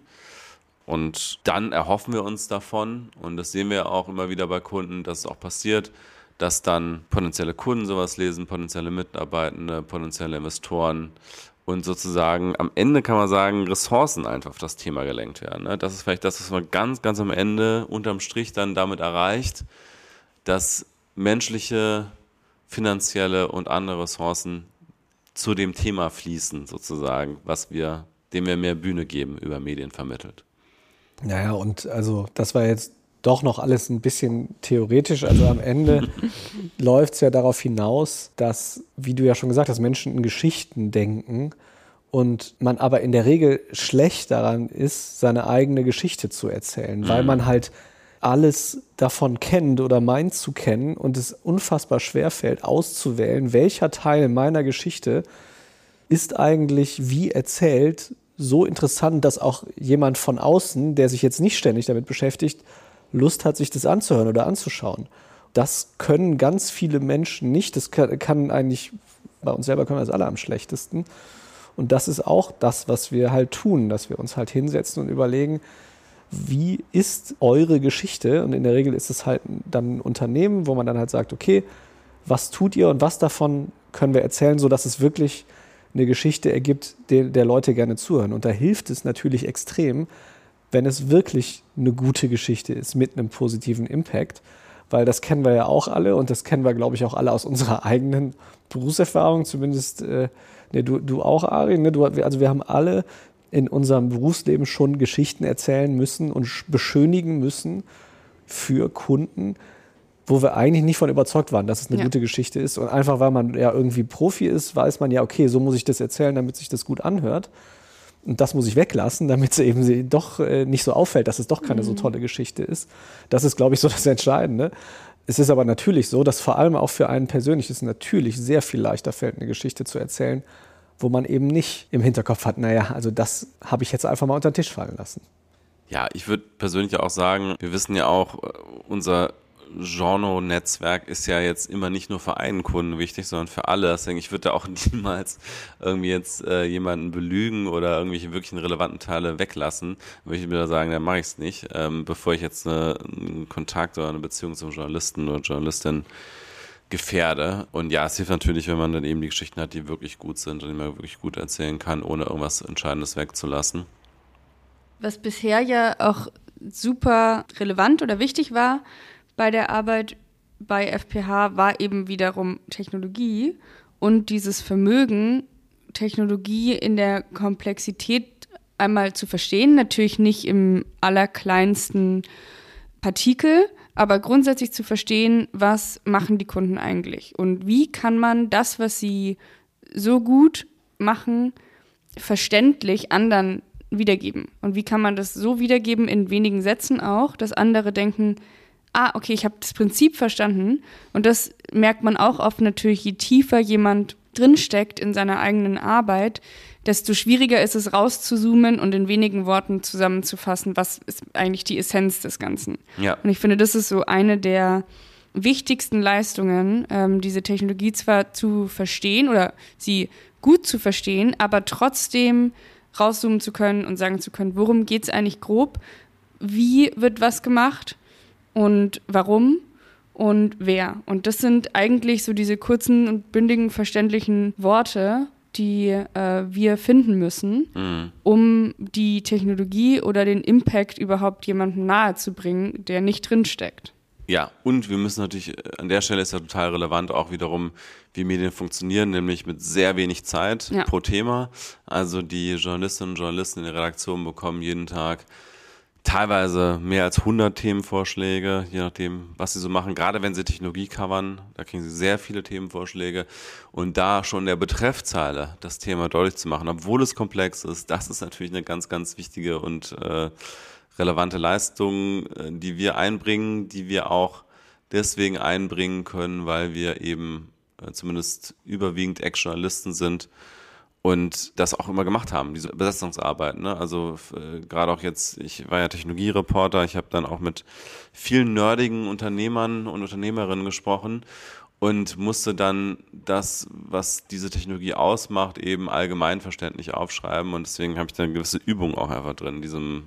Und dann erhoffen wir uns davon, und das sehen wir auch immer wieder bei Kunden, dass es auch passiert, dass dann potenzielle Kunden sowas lesen, potenzielle Mitarbeitende, potenzielle Investoren und sozusagen am Ende kann man sagen, Ressourcen einfach auf das Thema gelenkt werden. Ne? Das ist vielleicht das, was man ganz, ganz am Ende unterm Strich dann damit erreicht, dass menschliche, finanzielle und andere Ressourcen zu dem Thema fließen sozusagen, was wir, dem wir mehr Bühne geben, über Medien vermittelt. Naja, und also das war jetzt doch noch alles ein bisschen theoretisch. Also am Ende läuft es ja darauf hinaus, dass, wie du ja schon gesagt hast, Menschen in Geschichten denken und man aber in der Regel schlecht daran ist, seine eigene Geschichte zu erzählen, mhm. weil man halt alles davon kennt oder meint zu kennen und es unfassbar schwerfällt, auszuwählen, welcher Teil meiner Geschichte ist eigentlich wie erzählt so interessant, dass auch jemand von außen, der sich jetzt nicht ständig damit beschäftigt, Lust hat, sich das anzuhören oder anzuschauen. Das können ganz viele Menschen nicht. Das kann, kann eigentlich, bei uns selber können wir das alle am schlechtesten. Und das ist auch das, was wir halt tun, dass wir uns halt hinsetzen und überlegen, wie ist eure Geschichte? Und in der Regel ist es halt dann ein Unternehmen, wo man dann halt sagt, okay, was tut ihr und was davon können wir erzählen, sodass es wirklich eine Geschichte ergibt, der, der Leute gerne zuhören. Und da hilft es natürlich extrem, wenn es wirklich eine gute Geschichte ist mit einem positiven Impact, weil das kennen wir ja auch alle und das kennen wir, glaube ich, auch alle aus unserer eigenen Berufserfahrung, zumindest äh, ne, du, du auch, Ari, ne? du, also wir haben alle in unserem Berufsleben schon Geschichten erzählen müssen und beschönigen müssen für Kunden, wo wir eigentlich nicht von überzeugt waren, dass es eine ja. gute Geschichte ist. Und einfach, weil man ja irgendwie Profi ist, weiß man ja, okay, so muss ich das erzählen, damit sich das gut anhört. Und das muss ich weglassen, damit es eben doch äh, nicht so auffällt, dass es doch keine mhm. so tolle Geschichte ist. Das ist, glaube ich, so das Entscheidende. Es ist aber natürlich so, dass vor allem auch für einen persönlich es natürlich sehr viel leichter fällt, eine Geschichte zu erzählen, wo man eben nicht im Hinterkopf hat, naja, also das habe ich jetzt einfach mal unter den Tisch fallen lassen. Ja, ich würde persönlich auch sagen, wir wissen ja auch, unser Genre-Netzwerk ist ja jetzt immer nicht nur für einen Kunden wichtig, sondern für alle. Deswegen, ich würde da auch niemals irgendwie jetzt äh, jemanden belügen oder irgendwelche wirklichen relevanten Teile weglassen. Würde ich mir da sagen, dann mache ich es nicht, ähm, bevor ich jetzt eine, einen Kontakt oder eine Beziehung zum Journalisten oder Journalistin gefährde. Und ja, es hilft natürlich, wenn man dann eben die Geschichten hat, die wirklich gut sind und die man wirklich gut erzählen kann, ohne irgendwas Entscheidendes wegzulassen. Was bisher ja auch super relevant oder wichtig war bei der Arbeit bei F P H, war eben wiederum Technologie und dieses Vermögen, Technologie in der Komplexität einmal zu verstehen, natürlich nicht im allerkleinsten Partikel, aber grundsätzlich zu verstehen, was machen die Kunden eigentlich und wie kann man das, was sie so gut machen, verständlich anderen wiedergeben und wie kann man das so wiedergeben in wenigen Sätzen auch, dass andere denken, ah, okay, ich habe das Prinzip verstanden und das merkt man auch oft natürlich, je tiefer jemand drinsteckt in seiner eigenen Arbeit, desto schwieriger ist es rauszuzoomen und in wenigen Worten zusammenzufassen, was ist eigentlich die Essenz des Ganzen. Ja. Und ich finde, das ist so eine der wichtigsten Leistungen, ähm, diese Technologie zwar zu verstehen oder sie gut zu verstehen, aber trotzdem rauszoomen zu können und sagen zu können, worum geht es eigentlich grob, wie wird was gemacht und warum und wer. Und das sind eigentlich so diese kurzen und bündigen, verständlichen Worte, die äh, wir finden müssen, mhm. um die Technologie oder den Impact überhaupt jemandem nahezubringen, der nicht drinsteckt. Ja, und wir müssen natürlich, an der Stelle ist ja total relevant auch wiederum, wie Medien funktionieren, nämlich mit sehr wenig Zeit ja. pro Thema. Also die Journalistinnen und Journalisten in der Redaktion bekommen jeden Tag teilweise mehr als hundert Themenvorschläge, je nachdem, was sie so machen. Gerade wenn sie Technologie covern, da kriegen sie sehr viele Themenvorschläge. Und da schon in der Betreffzeile das Thema deutlich zu machen, obwohl es komplex ist, das ist natürlich eine ganz, ganz wichtige und äh, relevante Leistung, äh, die wir einbringen, die wir auch deswegen einbringen können, weil wir eben äh, zumindest überwiegend Ex-Journalisten sind und das auch immer gemacht haben, diese Übersetzungsarbeit. Ne? Also äh, gerade auch jetzt, ich war ja Technologiereporter, ich habe dann auch mit vielen nerdigen Unternehmern und Unternehmerinnen gesprochen und musste dann das, was diese Technologie ausmacht, eben allgemeinverständlich aufschreiben und deswegen habe ich dann eine gewisse Übung auch einfach drin, in diesem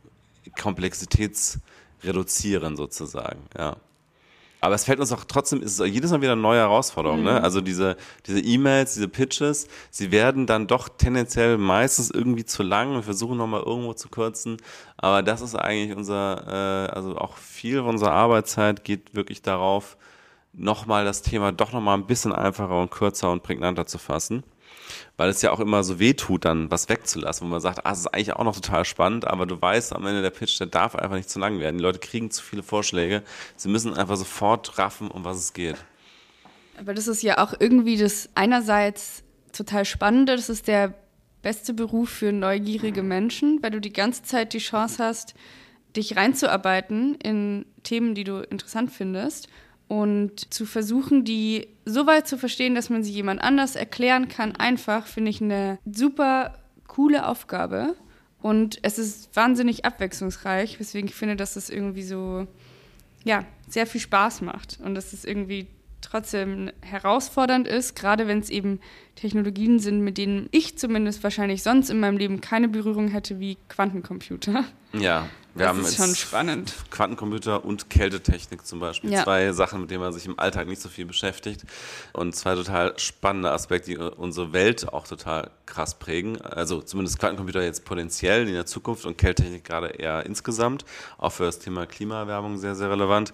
Komplexitätsreduzieren sozusagen, ja. Aber es fällt uns auch trotzdem, ist es jedes Mal wieder eine neue Herausforderung, mhm. ne? Also diese, diese E-Mails, diese Pitches, sie werden dann doch tendenziell meistens irgendwie zu lang. Wir versuchen nochmal irgendwo zu kürzen. Aber das ist eigentlich unser, äh, also auch viel unserer Arbeitszeit geht wirklich darauf, nochmal das Thema doch nochmal ein bisschen einfacher und kürzer und prägnanter zu fassen. Weil es ja auch immer so weh tut, dann was wegzulassen, wo man sagt, ah, das ist eigentlich auch noch total spannend, aber du weißt, am Ende der Pitch, der darf einfach nicht zu lang werden. Die Leute kriegen zu viele Vorschläge. Sie müssen einfach sofort raffen, um was es geht. Aber das ist ja auch irgendwie das einerseits total Spannende, das ist der beste Beruf für neugierige Menschen, weil du die ganze Zeit die Chance hast, dich reinzuarbeiten in Themen, die du interessant findest. Und zu versuchen, die so weit zu verstehen, dass man sie jemand anders erklären kann, einfach, finde ich eine super coole Aufgabe. Und es ist wahnsinnig abwechslungsreich, weswegen ich finde, dass es irgendwie so, ja, sehr viel Spaß macht. Und dass es irgendwie trotzdem herausfordernd ist, gerade wenn es eben Technologien sind, mit denen ich zumindest wahrscheinlich sonst in meinem Leben keine Berührung hätte, wie Quantencomputer. Ja, wir das haben ist schon spannend. Quantencomputer und Kältetechnik zum Beispiel. Ja. Zwei Sachen, mit denen man sich im Alltag nicht so viel beschäftigt. Und zwei total spannende Aspekte, die unsere Welt auch total krass prägen. Also zumindest Quantencomputer jetzt potenziell in der Zukunft und Kältetechnik gerade eher insgesamt. Auch für das Thema Klimaerwärmung sehr, sehr relevant.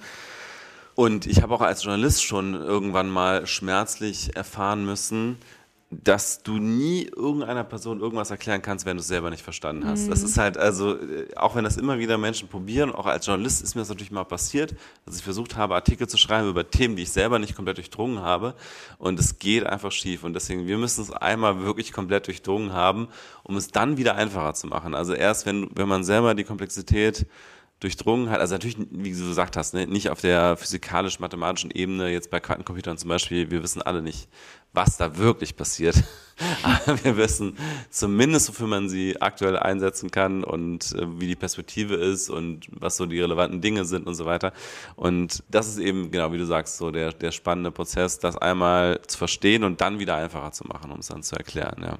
Und ich habe auch als Journalist schon irgendwann mal schmerzlich erfahren müssen, dass du nie irgendeiner Person irgendwas erklären kannst, wenn du es selber nicht verstanden hast. Mhm. Das ist halt, also, auch wenn das immer wieder Menschen probieren, auch als Journalist ist mir das natürlich mal passiert, dass ich versucht habe, Artikel zu schreiben über Themen, die ich selber nicht komplett durchdrungen habe. Und es geht einfach schief. Und deswegen, wir müssen es einmal wirklich komplett durchdrungen haben, um es dann wieder einfacher zu machen. Also erst, wenn, wenn man selber die Komplexität durchdrungen hat, also natürlich, wie du gesagt hast, ne, nicht auf der physikalisch-mathematischen Ebene, jetzt bei Quantencomputern zum Beispiel, wir wissen alle nicht, was da wirklich passiert, aber wir wissen zumindest, wofür man sie aktuell einsetzen kann und äh, wie die Perspektive ist und was so die relevanten Dinge sind und so weiter. Und das ist eben, genau wie du sagst, so der, der spannende Prozess, das einmal zu verstehen und dann wieder einfacher zu machen, um es dann zu erklären, ja.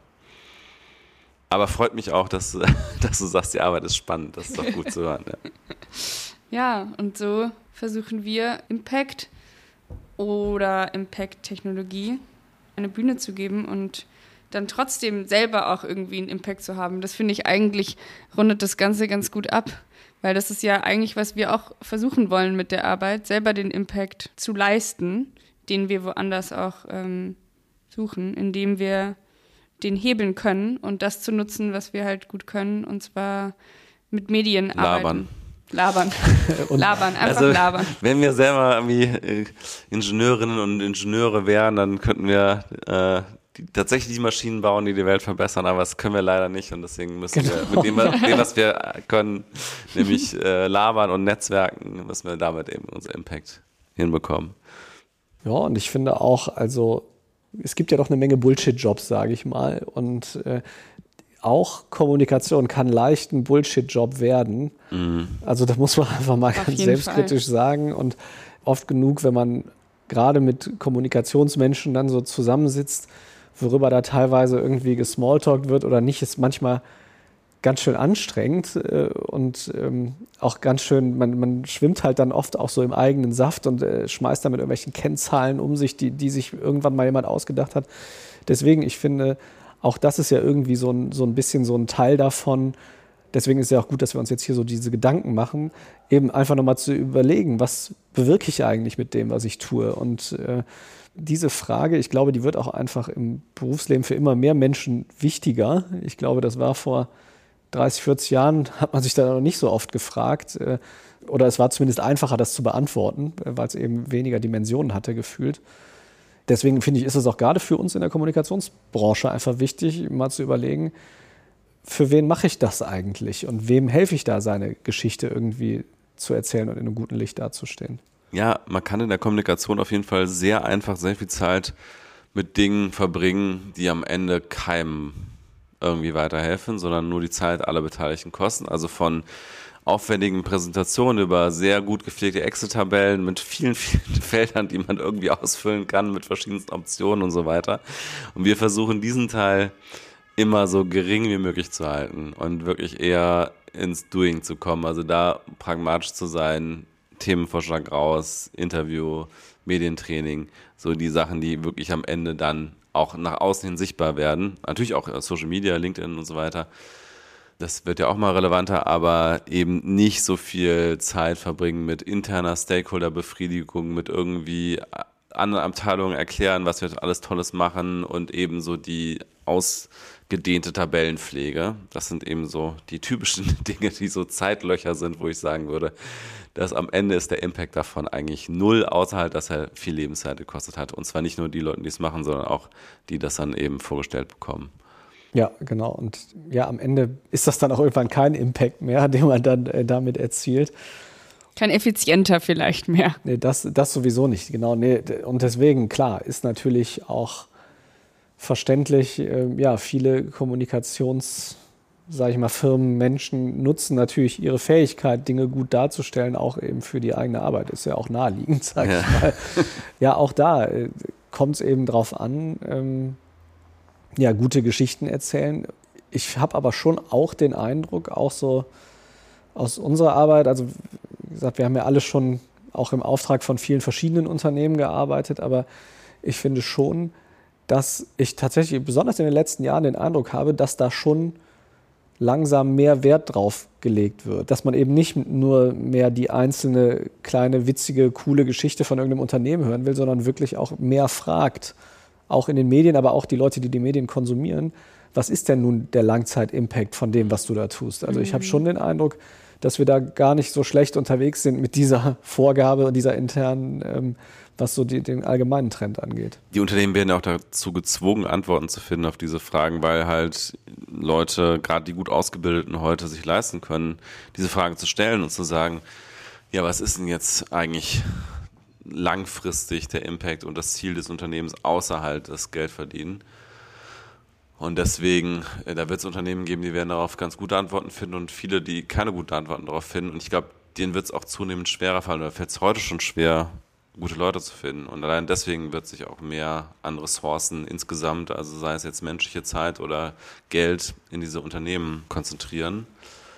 Aber freut mich auch, dass, dass du sagst, die Arbeit ist spannend. Das ist doch gut zu hören. Ja, ja, und so versuchen wir Impact oder Impact-Technologie eine Bühne zu geben und dann trotzdem selber auch irgendwie einen Impact zu haben. Das finde ich eigentlich, rundet das Ganze ganz gut ab. Weil das ist ja eigentlich, was wir auch versuchen wollen mit der Arbeit, selber den Impact zu leisten, den wir woanders auch ähm, suchen, indem wir den hebeln können und das zu nutzen, was wir halt gut können, und zwar mit Medien Labern. arbeiten. Labern. labern, einfach also, labern. Wenn wir selber irgendwie äh, Ingenieurinnen und Ingenieure wären, dann könnten wir äh, die, tatsächlich die Maschinen bauen, die die Welt verbessern, aber das können wir leider nicht und deswegen müssen genau. wir mit dem, dem, was wir können, nämlich äh, labern und Netzwerken, müssen wir damit eben unseren Impact hinbekommen. Ja, und ich finde auch, also es gibt ja doch eine Menge Bullshit-Jobs, sage ich mal. Und äh, auch Kommunikation kann leicht ein Bullshit-Job werden. Mhm. Also da muss man einfach mal Auf ganz selbstkritisch Fall. sagen. Und oft genug, wenn man gerade mit Kommunikationsmenschen dann so zusammensitzt, worüber da teilweise irgendwie gesmalltalkt wird oder nicht, ist manchmal ganz schön anstrengend äh, und ähm, auch ganz schön, man, man schwimmt halt dann oft auch so im eigenen Saft und äh, schmeißt dann mit irgendwelchen Kennzahlen um sich, die, die sich irgendwann mal jemand ausgedacht hat. Deswegen, ich finde, auch das ist ja irgendwie so ein, so ein bisschen so ein Teil davon. Deswegen ist es ja auch gut, dass wir uns jetzt hier so diese Gedanken machen, eben einfach nochmal zu überlegen, was bewirke ich eigentlich mit dem, was ich tue. Und äh, diese Frage, ich glaube, die wird auch einfach im Berufsleben für immer mehr Menschen wichtiger. Ich glaube, das war vor dreißig, vierzig Jahren, hat man sich da noch nicht so oft gefragt. Oder es war zumindest einfacher, das zu beantworten, weil es eben weniger Dimensionen hatte, gefühlt. Deswegen finde ich, ist es auch gerade für uns in der Kommunikationsbranche einfach wichtig, mal zu überlegen, für wen mache ich das eigentlich und wem helfe ich da, seine Geschichte irgendwie zu erzählen und in einem guten Licht dazustehen. Ja, man kann in der Kommunikation auf jeden Fall sehr einfach sehr viel Zeit mit Dingen verbringen, die am Ende keinem irgendwie weiterhelfen, sondern nur die Zeit aller Beteiligten kosten. Also von aufwendigen Präsentationen über sehr gut gepflegte Excel-Tabellen mit vielen, vielen Feldern, die man irgendwie ausfüllen kann mit verschiedensten Optionen und so weiter. Und wir versuchen diesen Teil immer so gering wie möglich zu halten und wirklich eher ins Doing zu kommen. Also da pragmatisch zu sein, Themenvorschlag raus, Interview, Medientraining, so die Sachen, die wirklich am Ende dann auch nach außen hin sichtbar werden. Natürlich auch Social Media, LinkedIn und so weiter. Das wird ja auch mal relevanter, aber eben nicht so viel Zeit verbringen mit interner Stakeholder-Befriedigung, mit irgendwie anderen Abteilungen erklären, was wir alles Tolles machen und eben so die ausgedehnte Tabellenpflege. Das sind eben so die typischen Dinge, die so Zeitlöcher sind, wo ich sagen würde, dass am Ende ist der Impact davon eigentlich null, außer halt, dass er viel Lebenszeit gekostet hat. Und zwar nicht nur die Leute, die es machen, sondern auch die das dann eben vorgestellt bekommen. Ja, genau. Und ja, am Ende ist das dann auch irgendwann kein Impact mehr, den man dann äh, damit erzielt. Kein effizienter vielleicht mehr. Nee, das, das sowieso nicht, genau. Nee. Und deswegen, klar, ist natürlich auch verständlich, äh, ja, viele Kommunikations- sage ich mal, Firmen, Menschen nutzen natürlich ihre Fähigkeit, Dinge gut darzustellen, auch eben für die eigene Arbeit. Ist ja auch naheliegend, sage ja. ich mal. Ja, auch da äh, kommt es eben drauf an, ähm, ja, gute Geschichten erzählen. Ich habe aber schon auch den Eindruck, auch so aus unserer Arbeit, also wie gesagt, wir haben ja alle schon auch im Auftrag von vielen verschiedenen Unternehmen gearbeitet, aber ich finde schon, dass ich tatsächlich besonders in den letzten Jahren den Eindruck habe, dass da schon langsam mehr Wert drauf gelegt wird. Dass man eben nicht nur mehr die einzelne kleine, witzige, coole Geschichte von irgendeinem Unternehmen hören will, sondern wirklich auch mehr fragt, auch in den Medien, aber auch die Leute, die die Medien konsumieren, was ist denn nun der Langzeit-Impact von dem, was du da tust? Also ich habe schon den Eindruck, dass wir da gar nicht so schlecht unterwegs sind mit dieser Vorgabe und dieser internen, ähm, was so die, den allgemeinen Trend angeht. Die Unternehmen werden ja auch dazu gezwungen, Antworten zu finden auf diese Fragen, weil halt Leute, gerade die gut Ausgebildeten heute, sich leisten können, diese Fragen zu stellen und zu sagen, ja, was ist denn jetzt eigentlich langfristig der Impact und das Ziel des Unternehmens außerhalb des Geldverdienen? Und deswegen, da wird es Unternehmen geben, die werden darauf ganz gute Antworten finden und viele, die keine guten Antworten darauf finden. Und ich glaube, denen wird es auch zunehmend schwerer fallen, oder fällt es heute schon schwer, gute Leute zu finden. Und allein deswegen wird sich auch mehr an Ressourcen insgesamt, also sei es jetzt menschliche Zeit oder Geld, in diese Unternehmen konzentrieren.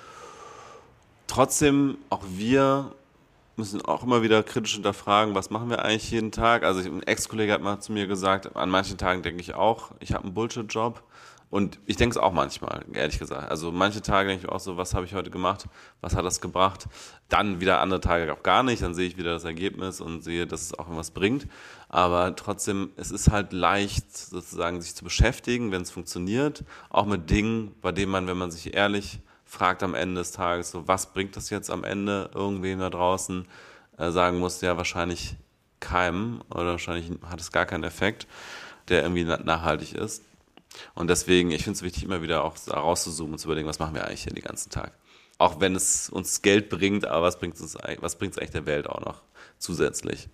Trotzdem, auch wir müssen auch immer wieder kritisch hinterfragen, was machen wir eigentlich jeden Tag? Also ein Ex-Kollege hat mal zu mir gesagt, an manchen Tagen denke ich auch, ich habe einen Bullshit-Job. Und ich denke es auch manchmal, ehrlich gesagt. Also manche Tage denke ich auch so, was habe ich heute gemacht? Was hat das gebracht? Dann wieder andere Tage auch gar nicht. Dann sehe ich wieder das Ergebnis und sehe, dass es auch irgendwas bringt. Aber trotzdem, es ist halt leicht, sozusagen sich zu beschäftigen, wenn es funktioniert. Auch mit Dingen, bei denen man, wenn man sich ehrlich fragt am Ende des Tages, so was bringt das jetzt am Ende irgendwem da draußen, äh, sagen muss, ja wahrscheinlich keinem oder wahrscheinlich hat es gar keinen Effekt, der irgendwie nachhaltig ist. Und deswegen, ich finde es wichtig, immer wieder auch rauszuzoomen und zu überlegen, was machen wir eigentlich hier den ganzen Tag. Auch wenn es uns Geld bringt, aber was bringt es was bringt es eigentlich der Welt auch noch zusätzlich?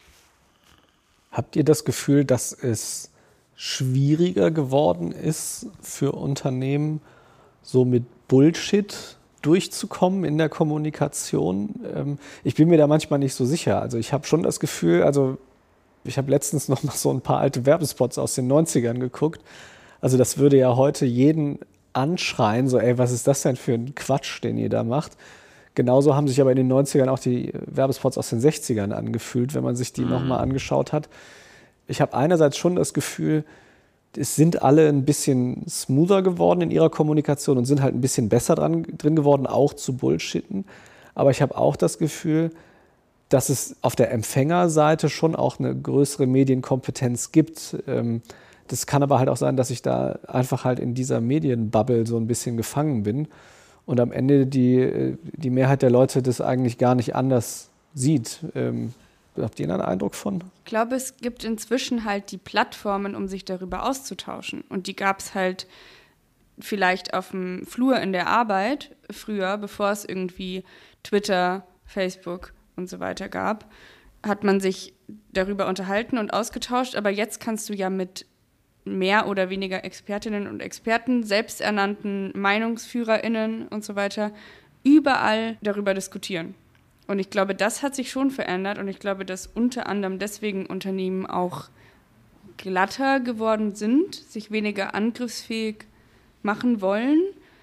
Habt ihr das Gefühl, dass es schwieriger geworden ist für Unternehmen, so mit Bullshit durchzukommen in der Kommunikation? Ich bin mir da manchmal nicht so sicher. Also ich habe schon das Gefühl, also ich habe letztens noch mal so ein paar alte Werbespots aus den neunzigern geguckt. Also das würde ja heute jeden anschreien, so ey, was ist das denn für ein Quatsch, den ihr da macht? Genauso haben sich aber in den neunzigern auch die Werbespots aus den sechzigern angefühlt, wenn man sich die mhm. nochmal angeschaut hat. Ich habe einerseits schon das Gefühl, es sind alle ein bisschen smoother geworden in ihrer Kommunikation und sind halt ein bisschen besser dran, drin geworden, auch zu bullshitten. Aber ich habe auch das Gefühl, dass es auf der Empfängerseite schon auch eine größere Medienkompetenz gibt. Das kann aber halt auch sein, dass ich da einfach halt in dieser Medienbubble so ein bisschen gefangen bin und am Ende die, die Mehrheit der Leute das eigentlich gar nicht anders sieht. Habt ihr da einen Eindruck von? Ich glaube, es gibt inzwischen halt die Plattformen, um sich darüber auszutauschen. Und die gab es halt vielleicht auf dem Flur in der Arbeit früher, bevor es irgendwie Twitter, Facebook und so weiter gab, hat man sich darüber unterhalten und ausgetauscht, aber jetzt kannst du ja mit mehr oder weniger Expertinnen und Experten, selbsternannten MeinungsführerInnen und so weiter, überall darüber diskutieren. Und ich glaube, das hat sich schon verändert und ich glaube, dass unter anderem deswegen Unternehmen auch glatter geworden sind, sich weniger angriffsfähig machen wollen,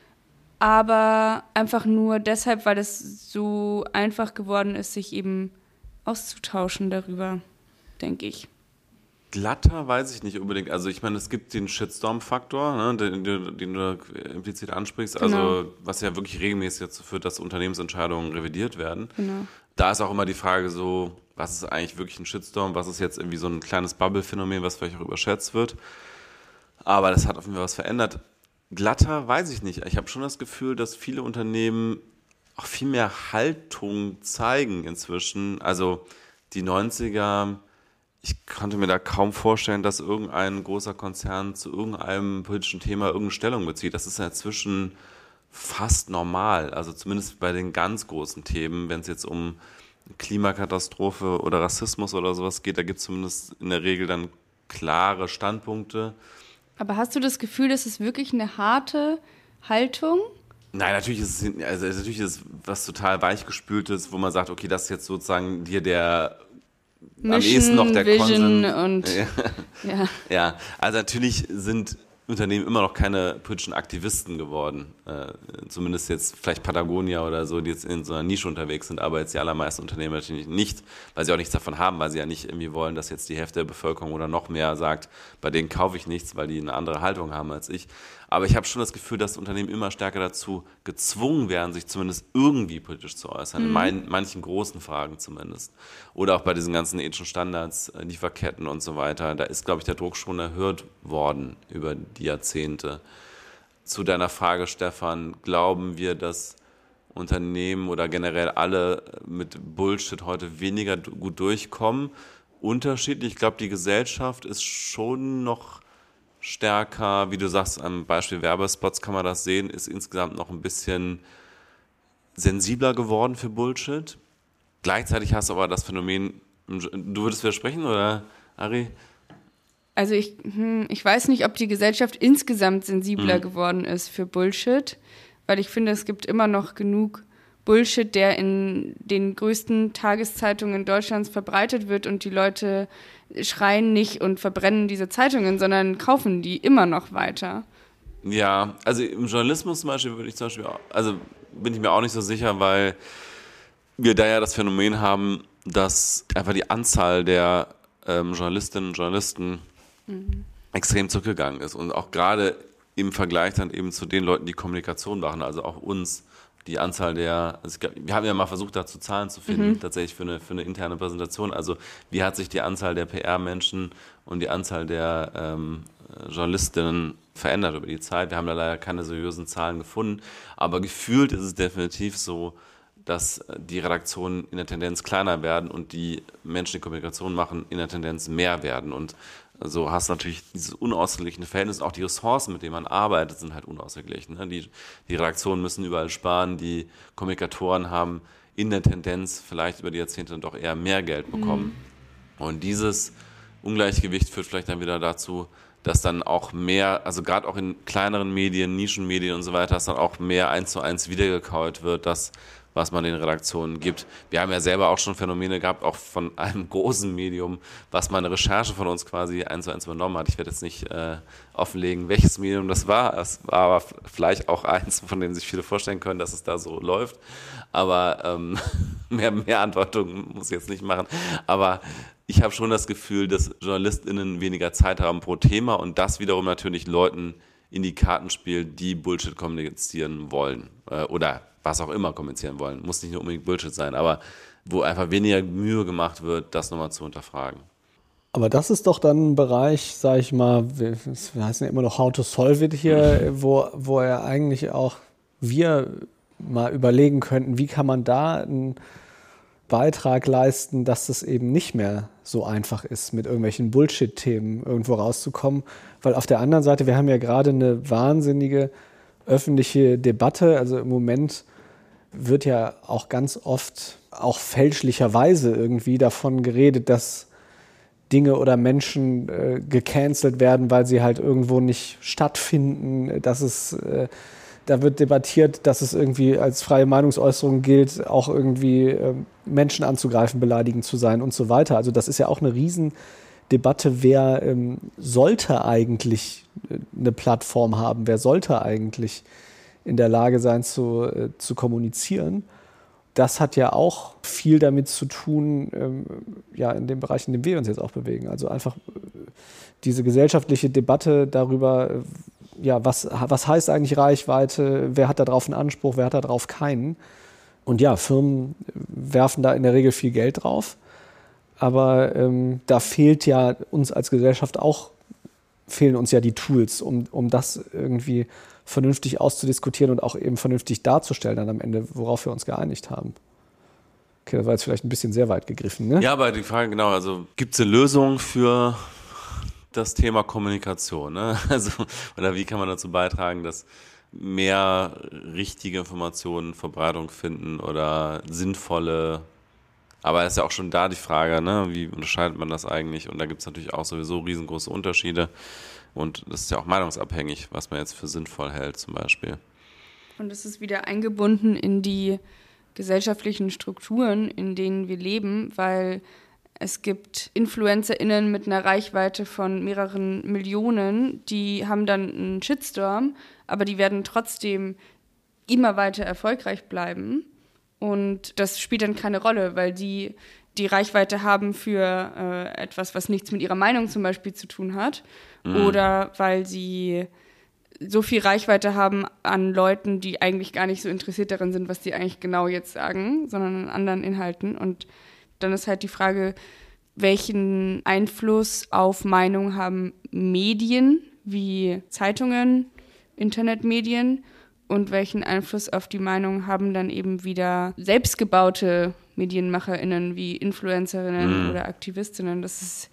aber einfach nur deshalb, weil es so einfach geworden ist, sich eben auszutauschen darüber, denke ich. Glatter weiß ich nicht unbedingt. Also ich meine, es gibt den Shitstorm-Faktor, ne, den, den, den du implizit ansprichst, also genau. Was ja wirklich regelmäßig dazu führt, dass Unternehmensentscheidungen revidiert werden. Genau. Da ist auch immer die Frage so, was ist eigentlich wirklich ein Shitstorm, was ist jetzt irgendwie so ein kleines Bubble-Phänomen, was vielleicht auch überschätzt wird. Aber das hat auf jeden Fall was verändert. Glatter weiß ich nicht. Ich habe schon das Gefühl, dass viele Unternehmen auch viel mehr Haltung zeigen inzwischen. Also die neunziger, ich konnte mir da kaum vorstellen, dass irgendein großer Konzern zu irgendeinem politischen Thema irgendeine Stellung bezieht. Das ist ja inzwischen fast normal. Also zumindest bei den ganz großen Themen, wenn es jetzt um Klimakatastrophe oder Rassismus oder sowas geht, da gibt es zumindest in der Regel dann klare Standpunkte. Aber hast du das Gefühl, das ist wirklich eine harte Haltung? Nein, natürlich ist es, also natürlich ist es was total weichgespültes, wo man sagt, okay, das ist jetzt sozusagen hier der Mission, am ehesten noch der Vision Konsens. Und ja. Ja. ja, also natürlich sind Unternehmen immer noch keine politischen Aktivisten geworden. Äh, zumindest jetzt vielleicht Patagonia oder so, die jetzt in so einer Nische unterwegs sind, aber jetzt die allermeisten Unternehmen natürlich nicht, weil sie auch nichts davon haben, weil sie ja nicht irgendwie wollen, dass jetzt die Hälfte der Bevölkerung oder noch mehr sagt, bei denen kaufe ich nichts, weil die eine andere Haltung haben als ich. Aber ich habe schon das Gefühl, dass Unternehmen immer stärker dazu gezwungen werden, sich zumindest irgendwie politisch zu äußern, mhm. in mein, manchen großen Fragen zumindest. Oder auch bei diesen ganzen ethischen Standards, Lieferketten und so weiter. Da ist, glaube ich, der Druck schon erhöht worden über die Jahrzehnte. Zu deiner Frage, Stefan, glauben wir, dass Unternehmen oder generell alle mit Bullshit heute weniger gut durchkommen? Unterschiedlich. Ich glaube, die Gesellschaft ist schon noch stärker, wie du sagst, am Beispiel Werbespots kann man das sehen, ist insgesamt noch ein bisschen sensibler geworden für Bullshit. Gleichzeitig hast du aber das Phänomen, du würdest widersprechen, oder, Ari? Also ich, hm, ich weiß nicht, ob die Gesellschaft insgesamt sensibler mhm. geworden ist für Bullshit, weil ich finde, es gibt immer noch genug Bullshit, der in den größten Tageszeitungen Deutschlands verbreitet wird und die Leute schreien nicht und verbrennen diese Zeitungen, sondern kaufen die immer noch weiter. Ja, also im Journalismus zum Beispiel würde ich zum Beispiel, auch, also bin ich mir auch nicht so sicher, weil wir da ja das Phänomen haben, dass einfach die Anzahl der ähm, Journalistinnen und Journalisten mhm. extrem zurückgegangen ist und auch gerade im Vergleich dann eben zu den Leuten, die Kommunikation machen, also auch uns, die Anzahl der, also wir haben ja mal versucht, dazu Zahlen zu finden, mhm. tatsächlich für eine, für eine interne Präsentation. Also wie hat sich die Anzahl der P R-Menschen und die Anzahl der ähm, Journalistinnen verändert über die Zeit? Wir haben da leider keine seriösen Zahlen gefunden, aber gefühlt ist es definitiv so, dass die Redaktionen in der Tendenz kleiner werden und die Menschen, die Kommunikation machen, in der Tendenz mehr werden. Und so hast du natürlich dieses unausgeglichene Verhältnis, auch die Ressourcen, mit denen man arbeitet, sind halt unausgeglichen. Ne? Die, die Redaktionen müssen überall sparen, die Kommunikatoren haben in der Tendenz vielleicht über die Jahrzehnte doch eher mehr Geld bekommen. Mhm. Und dieses Ungleichgewicht führt vielleicht dann wieder dazu, dass dann auch mehr, also gerade auch in kleineren Medien, Nischenmedien und so weiter, dass dann auch mehr eins zu eins wiedergekaut wird, das was man den Redaktionen gibt. Wir haben ja selber auch schon Phänomene gehabt, auch von einem großen Medium, was mal eine Recherche von uns quasi eins zu eins übernommen hat. Ich werde jetzt nicht äh, offenlegen, welches Medium das war. Es war aber vielleicht auch eins, von dem sich viele vorstellen können, dass es da so läuft. Aber ähm, mehr, mehr Antwortung muss ich jetzt nicht machen. Aber ich habe schon das Gefühl, dass JournalistInnen weniger Zeit haben pro Thema und das wiederum natürlich Leuten in die Karten spielt, die Bullshit kommunizieren wollen äh, oder was auch immer kommunizieren wollen. Muss nicht nur unbedingt Bullshit sein, aber wo einfach weniger Mühe gemacht wird, das nochmal zu hinterfragen. Aber das ist doch dann ein Bereich, sage ich mal, wir, wir heißen ja immer noch How to Solve it hier, mhm. wo, wo er eigentlich auch wir mal überlegen könnten, wie kann man da einen Beitrag leisten, dass es eben nicht mehr so einfach ist, mit irgendwelchen Bullshit-Themen irgendwo rauszukommen. Weil auf der anderen Seite, wir haben ja gerade eine wahnsinnige öffentliche Debatte, also im Moment wird ja auch ganz oft, auch fälschlicherweise irgendwie davon geredet, dass Dinge oder Menschen äh, gecancelt werden, weil sie halt irgendwo nicht stattfinden, dass es, äh, da wird debattiert, dass es irgendwie als freie Meinungsäußerung gilt, auch irgendwie äh, Menschen anzugreifen, beleidigend zu sein und so weiter. Also das ist ja auch eine Riesendebatte, wer ähm, sollte eigentlich eine Plattform haben, wer sollte eigentlich in der Lage sein zu, äh, zu kommunizieren. Das hat ja auch viel damit zu tun, ähm, ja, in dem Bereich, in dem wir uns jetzt auch bewegen. Also einfach äh, diese gesellschaftliche Debatte darüber, äh, ja, was, was heißt eigentlich Reichweite, wer hat da drauf einen Anspruch, wer hat da drauf keinen. Und ja, Firmen werfen da in der Regel viel Geld drauf. Aber ähm, da fehlt ja uns als Gesellschaft auch, fehlen uns ja die Tools, um, um das irgendwie vernünftig auszudiskutieren und auch eben vernünftig darzustellen dann am Ende, worauf wir uns geeinigt haben. Okay, das war jetzt vielleicht ein bisschen sehr weit gegriffen, ne? Ja, aber die Frage, genau, also gibt es eine Lösung für das Thema Kommunikation, ne? Also, oder wie kann man dazu beitragen, dass mehr richtige Informationen Verbreitung finden oder sinnvolle, aber es ist ja auch schon da die Frage, ne? Wie unterscheidet man das eigentlich? Und da gibt es natürlich auch sowieso riesengroße Unterschiede. Und das ist ja auch meinungsabhängig, was man jetzt für sinnvoll hält zum Beispiel. Und es ist wieder eingebunden in die gesellschaftlichen Strukturen, in denen wir leben, weil es gibt InfluencerInnen mit einer Reichweite von mehreren Millionen, die haben dann einen Shitstorm, aber die werden trotzdem immer weiter erfolgreich bleiben. Und das spielt dann keine Rolle, weil die die Reichweite haben für äh, etwas, was nichts mit ihrer Meinung zum Beispiel zu tun hat. Mhm. Oder weil sie so viel Reichweite haben an Leuten, die eigentlich gar nicht so interessiert daran sind, was die eigentlich genau jetzt sagen, sondern an anderen Inhalten. Und dann ist halt die Frage, welchen Einfluss auf Meinung haben Medien wie Zeitungen, Internetmedien und welchen Einfluss auf die Meinung haben dann eben wieder selbstgebaute MedienmacherInnen wie Influencerinnen mhm. oder Aktivistinnen. Das ist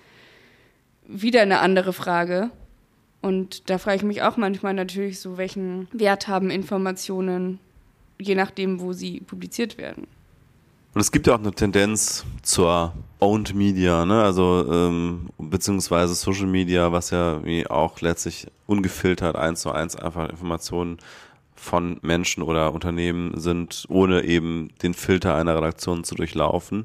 wieder eine andere Frage. Und da frage ich mich auch manchmal natürlich so, welchen Wert haben Informationen, je nachdem, wo sie publiziert werden. Und es gibt ja auch eine Tendenz zur Owned Media, ne? Also ähm, beziehungsweise Social Media, was ja wie auch letztlich ungefiltert eins zu eins einfach Informationen von Menschen oder Unternehmen sind, ohne eben den Filter einer Redaktion zu durchlaufen.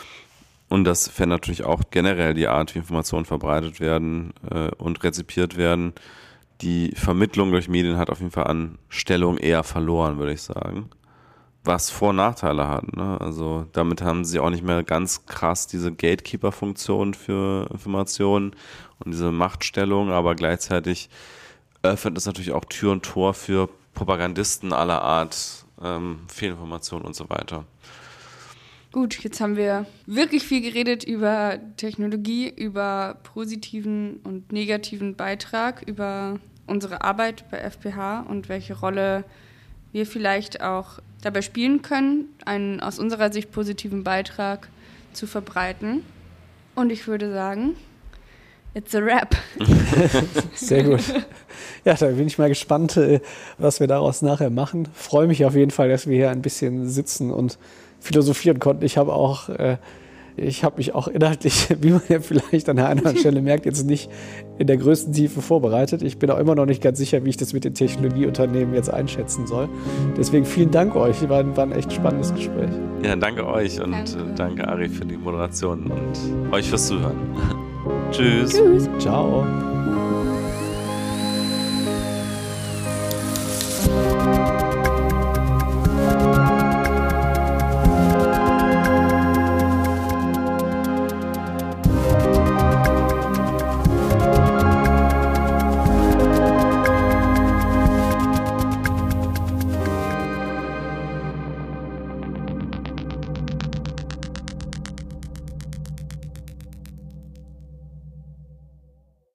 Und das verändert natürlich auch generell die Art, wie Informationen verbreitet werden äh, und rezipiert werden. Die Vermittlung durch Medien hat auf jeden Fall an Stellung eher verloren, würde ich sagen. Was Vor- und Nachteile hat, ne? Also damit haben sie auch nicht mehr ganz krass diese Gatekeeper-Funktion für Informationen und diese Machtstellung, aber gleichzeitig öffnet es natürlich auch Tür und Tor für Propagandisten aller Art, ähm, Fehlinformationen und so weiter. Gut, jetzt haben wir wirklich viel geredet über Technologie, über positiven und negativen Beitrag, über unsere Arbeit bei F P H und welche Rolle wir vielleicht auch dabei spielen können, einen aus unserer Sicht positiven Beitrag zu verbreiten. Und ich würde sagen, it's a wrap. Sehr gut. Ja, da bin ich mal gespannt, was wir daraus nachher machen. Freue mich auf jeden Fall, dass wir hier ein bisschen sitzen und philosophieren konnten. Ich habe auch, äh, ich habe mich auch inhaltlich, wie man ja vielleicht an der einen oder anderen Stelle merkt, jetzt nicht in der größten Tiefe vorbereitet. Ich bin auch immer noch nicht ganz sicher, wie ich das mit den Technologieunternehmen jetzt einschätzen soll. Deswegen vielen Dank euch. War, war ein echt spannendes Gespräch. Ja, danke euch und danke, äh, danke Ari für die Moderation und euch fürs Zuhören. Tschüss. Tschüss. Ciao.